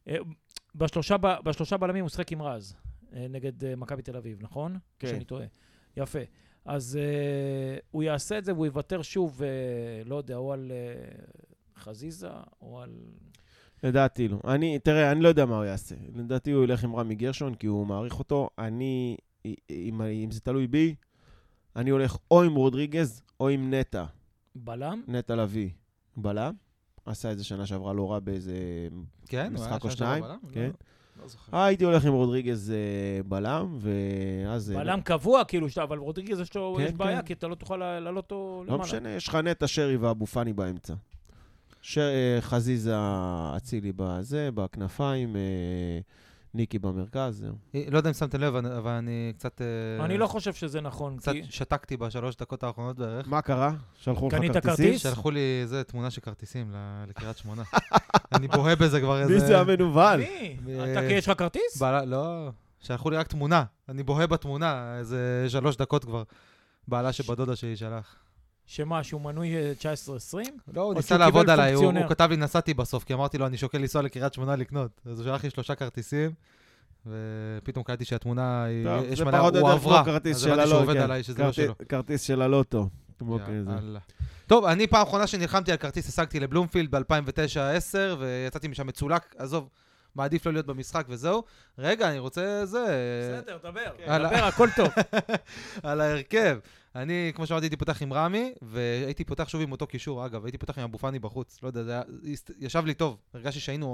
בשלושה בלמים הוא שיחק עם רז. נגד מכבי תל אביב, נכון? כן. שאני טועה. יפה. אז הוא יעשה את זה והוא יוותר שוב, לא יודע, או על חזיזה, או על... לדעתי לא. תראה, אני לא יודע מה הוא יעשה. לדעתי הוא ילך עם רמי גרשון, כי הוא מעריך אותו. אם זה תלוי בי, אני הולך או עם רודריגז, או עם נטע. בלם? נטע לוי. בלם? עשה את זה שנה שעברה לא רע באיזה משחק או שניים. כן. הייתי הולך עם רודריגז בלם, ואז... בלם קבוע, כאילו, אבל רודריגז יש בעיה, כי אתה לא תוכל לעלות אותו למעלה. לא משנה, יש לך נטע, שרי ואבו פאני באמצע. חזיזה אצילי בזה, בכנפיים, ניקי במרכז, זהו. לא יודע אם שמתם לב, אבל אני קצת... אני לא חושב שזה נכון. קצת שתקתי ב3 דקות האחרונות בערך. מה קרה? שלחו לך קנית כרטיסים? כרטיס? שלחו לי תמונה של כרטיסים לקריית שמונה. אני בוהה בזה כבר איזה... מי זה המנובל? מי? אתה יש לך כרטיס? לא, שלחו לי רק תמונה. אני בוהה בתמונה, איזה 3 דקות כבר. בעלה שבדודה שלי שלח. שמה, שהוא מנוי 19-20? לא, הוא ניסה לעבוד עליי, הוא כתב לי נסעתי בסוף, כי אמרתי לו, אני שוקל לנסוע לקריית שמונה לקנות. אז הוא שלח לי 3 כרטיסים, ופתאום קראתי שהתמונה, יש מלא, הוא עברה, אז הבנתי שהוא עובד עליי, שזה לא שלו. כרטיס של הלוטו. טוב, אני פעם אחרונה שנלחמתי על כרטיס, השגתי לבלומפילד ב-2009-10, ויצאתי משם מצולק, עזוב, מעדיף לא להיות במשחק וזהו. רגע, אני רוצה זה... בסדר, דבר, הכל טוב. על ההרכב. אני, כמו שאמרתי, הייתי פותח עם רמי, והייתי פותח שוב עם אותו קישור, אגב, הייתי פותח עם אבו פאני בחוץ, לא יודע, זה ישב לי טוב, הרגשתי שהיינו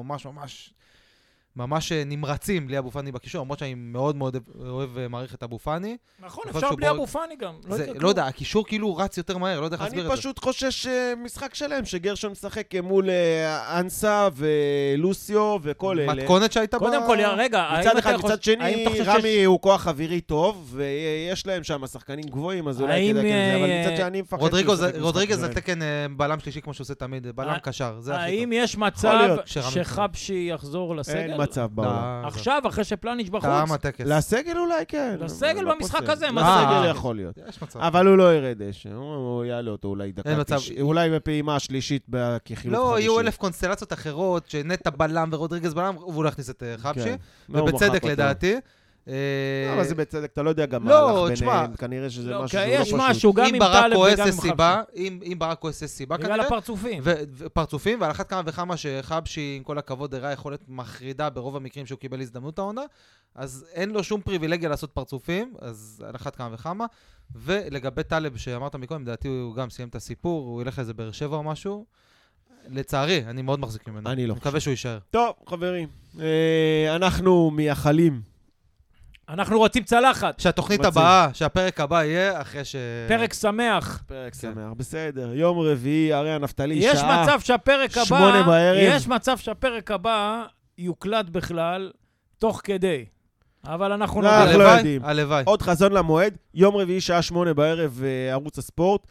ממש נמרצים בלי אבו פאני בקישור, למרות שאני מאוד מאוד אוהב ומעריך את אבו פאני. נכון, אפשר בלי אבו פאני גם. לא יודע, הקישור כאילו רץ יותר מהר, לא יודע איך להסביר את זה. אני פשוט חושש משחק שלם, שגרשון משחק מול אנסה ולוסיו וכל אלה. מתכונת שהייתה בה... קודם כל, רגע, מצד אחד, מצד שני, רמי הוא כוח אווירי טוב, ויש להם שם שחקנים גבוהים, אז אולי כדאי כזה, אבל מצד שאני מפחד... רודריגז זה תקן בלם שלישי כמו שעושה תמיד, בלם קשר, זה הכי טוב. האם יש מצב שחבשי יחזור לסגל? מצב בעולם. עכשיו, אחרי שפלניץ' בחוץ. לסגל אולי כן. לסגל במשחק הזה. לסגל יכול להיות. אבל הוא לא ירד דשא. הוא יעלה אותו אולי דקה. אולי בפעימה השלישית כחילוף לא, חמישי. יהיו 1000 קונסטלציות אחרות, שנטע בלם ורודריגז בלם, והוא לא הכניס את חבשי. ובצדק לדעתי. אבל זה בצדק, אתה לא יודע גם מה הלך ביניהם, כנראה שזה משהו שהוא לא פשוט. יש משהו, גם עם טלב וגם עם חבשי. אם ברק כועס יש סיבה כנראה. בגלל הפרצופים. ופרצופים, ועל אחת כמה וכמה שחבשי, עם כל הכבוד, הראה יכולת מחרידה ברוב המקרים שהוא קיבל הזדמנות העונה, אז אין לו שום פריבילגיה לעשות פרצופים, אז על אחת כמה וכמה. ולגבי טלב, שאמרת מקודם, לדעתי הוא גם סיים את הסיפור, הוא ילך איזה באר שבע או משהו. לצערי, אני מאוד מחזיק ממנו. אני לא. מקווה שהוא יישאר. טוב, חברים, אנחנו מייחלים. אנחנו רוצים צלחת. שהתוכנית הבאה, שהפרק הבא יהיה אחרי ש... פרק שמח. פרק שמח, בסדר. יום רביעי, הרי הנפתלי, יש מצב שהפרק הבא... 8 בערב. יש מצב שהפרק הבא יוקלט בכלל תוך כדי. אבל אנחנו לא יודעים. הלוואי. עוד חזון למועד, יום רביעי, שעה 8 בערב, ערוץ הספורט.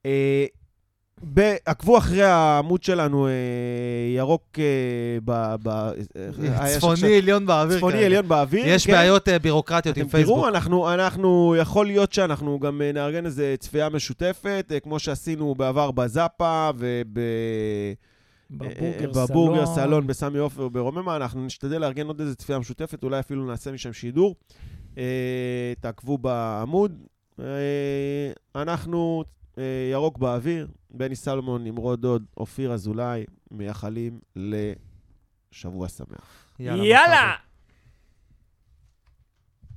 עקבו אחרי העמוד שלנו, ירוק צפוני עליון באוויר. צפוני עליון באוויר. יש בעיות בירוקרטיות עם פייסבוק. תראו, אנחנו, יכול להיות שאנחנו גם נארגן איזה צפייה משותפת, כמו שעשינו בעבר בזאפה בבורגר סלון בסמי עופר ברוממה. אנחנו נשתדל לארגן עוד איזה צפייה משותפת, אולי אפילו נעשה משם שידור. תעקבו בעמוד. אנחנו... ירוק באוויר, בני סלומון, נמרוד דוד, אופיר אזולאי, מייחלים לשבוע שמח. יאללה!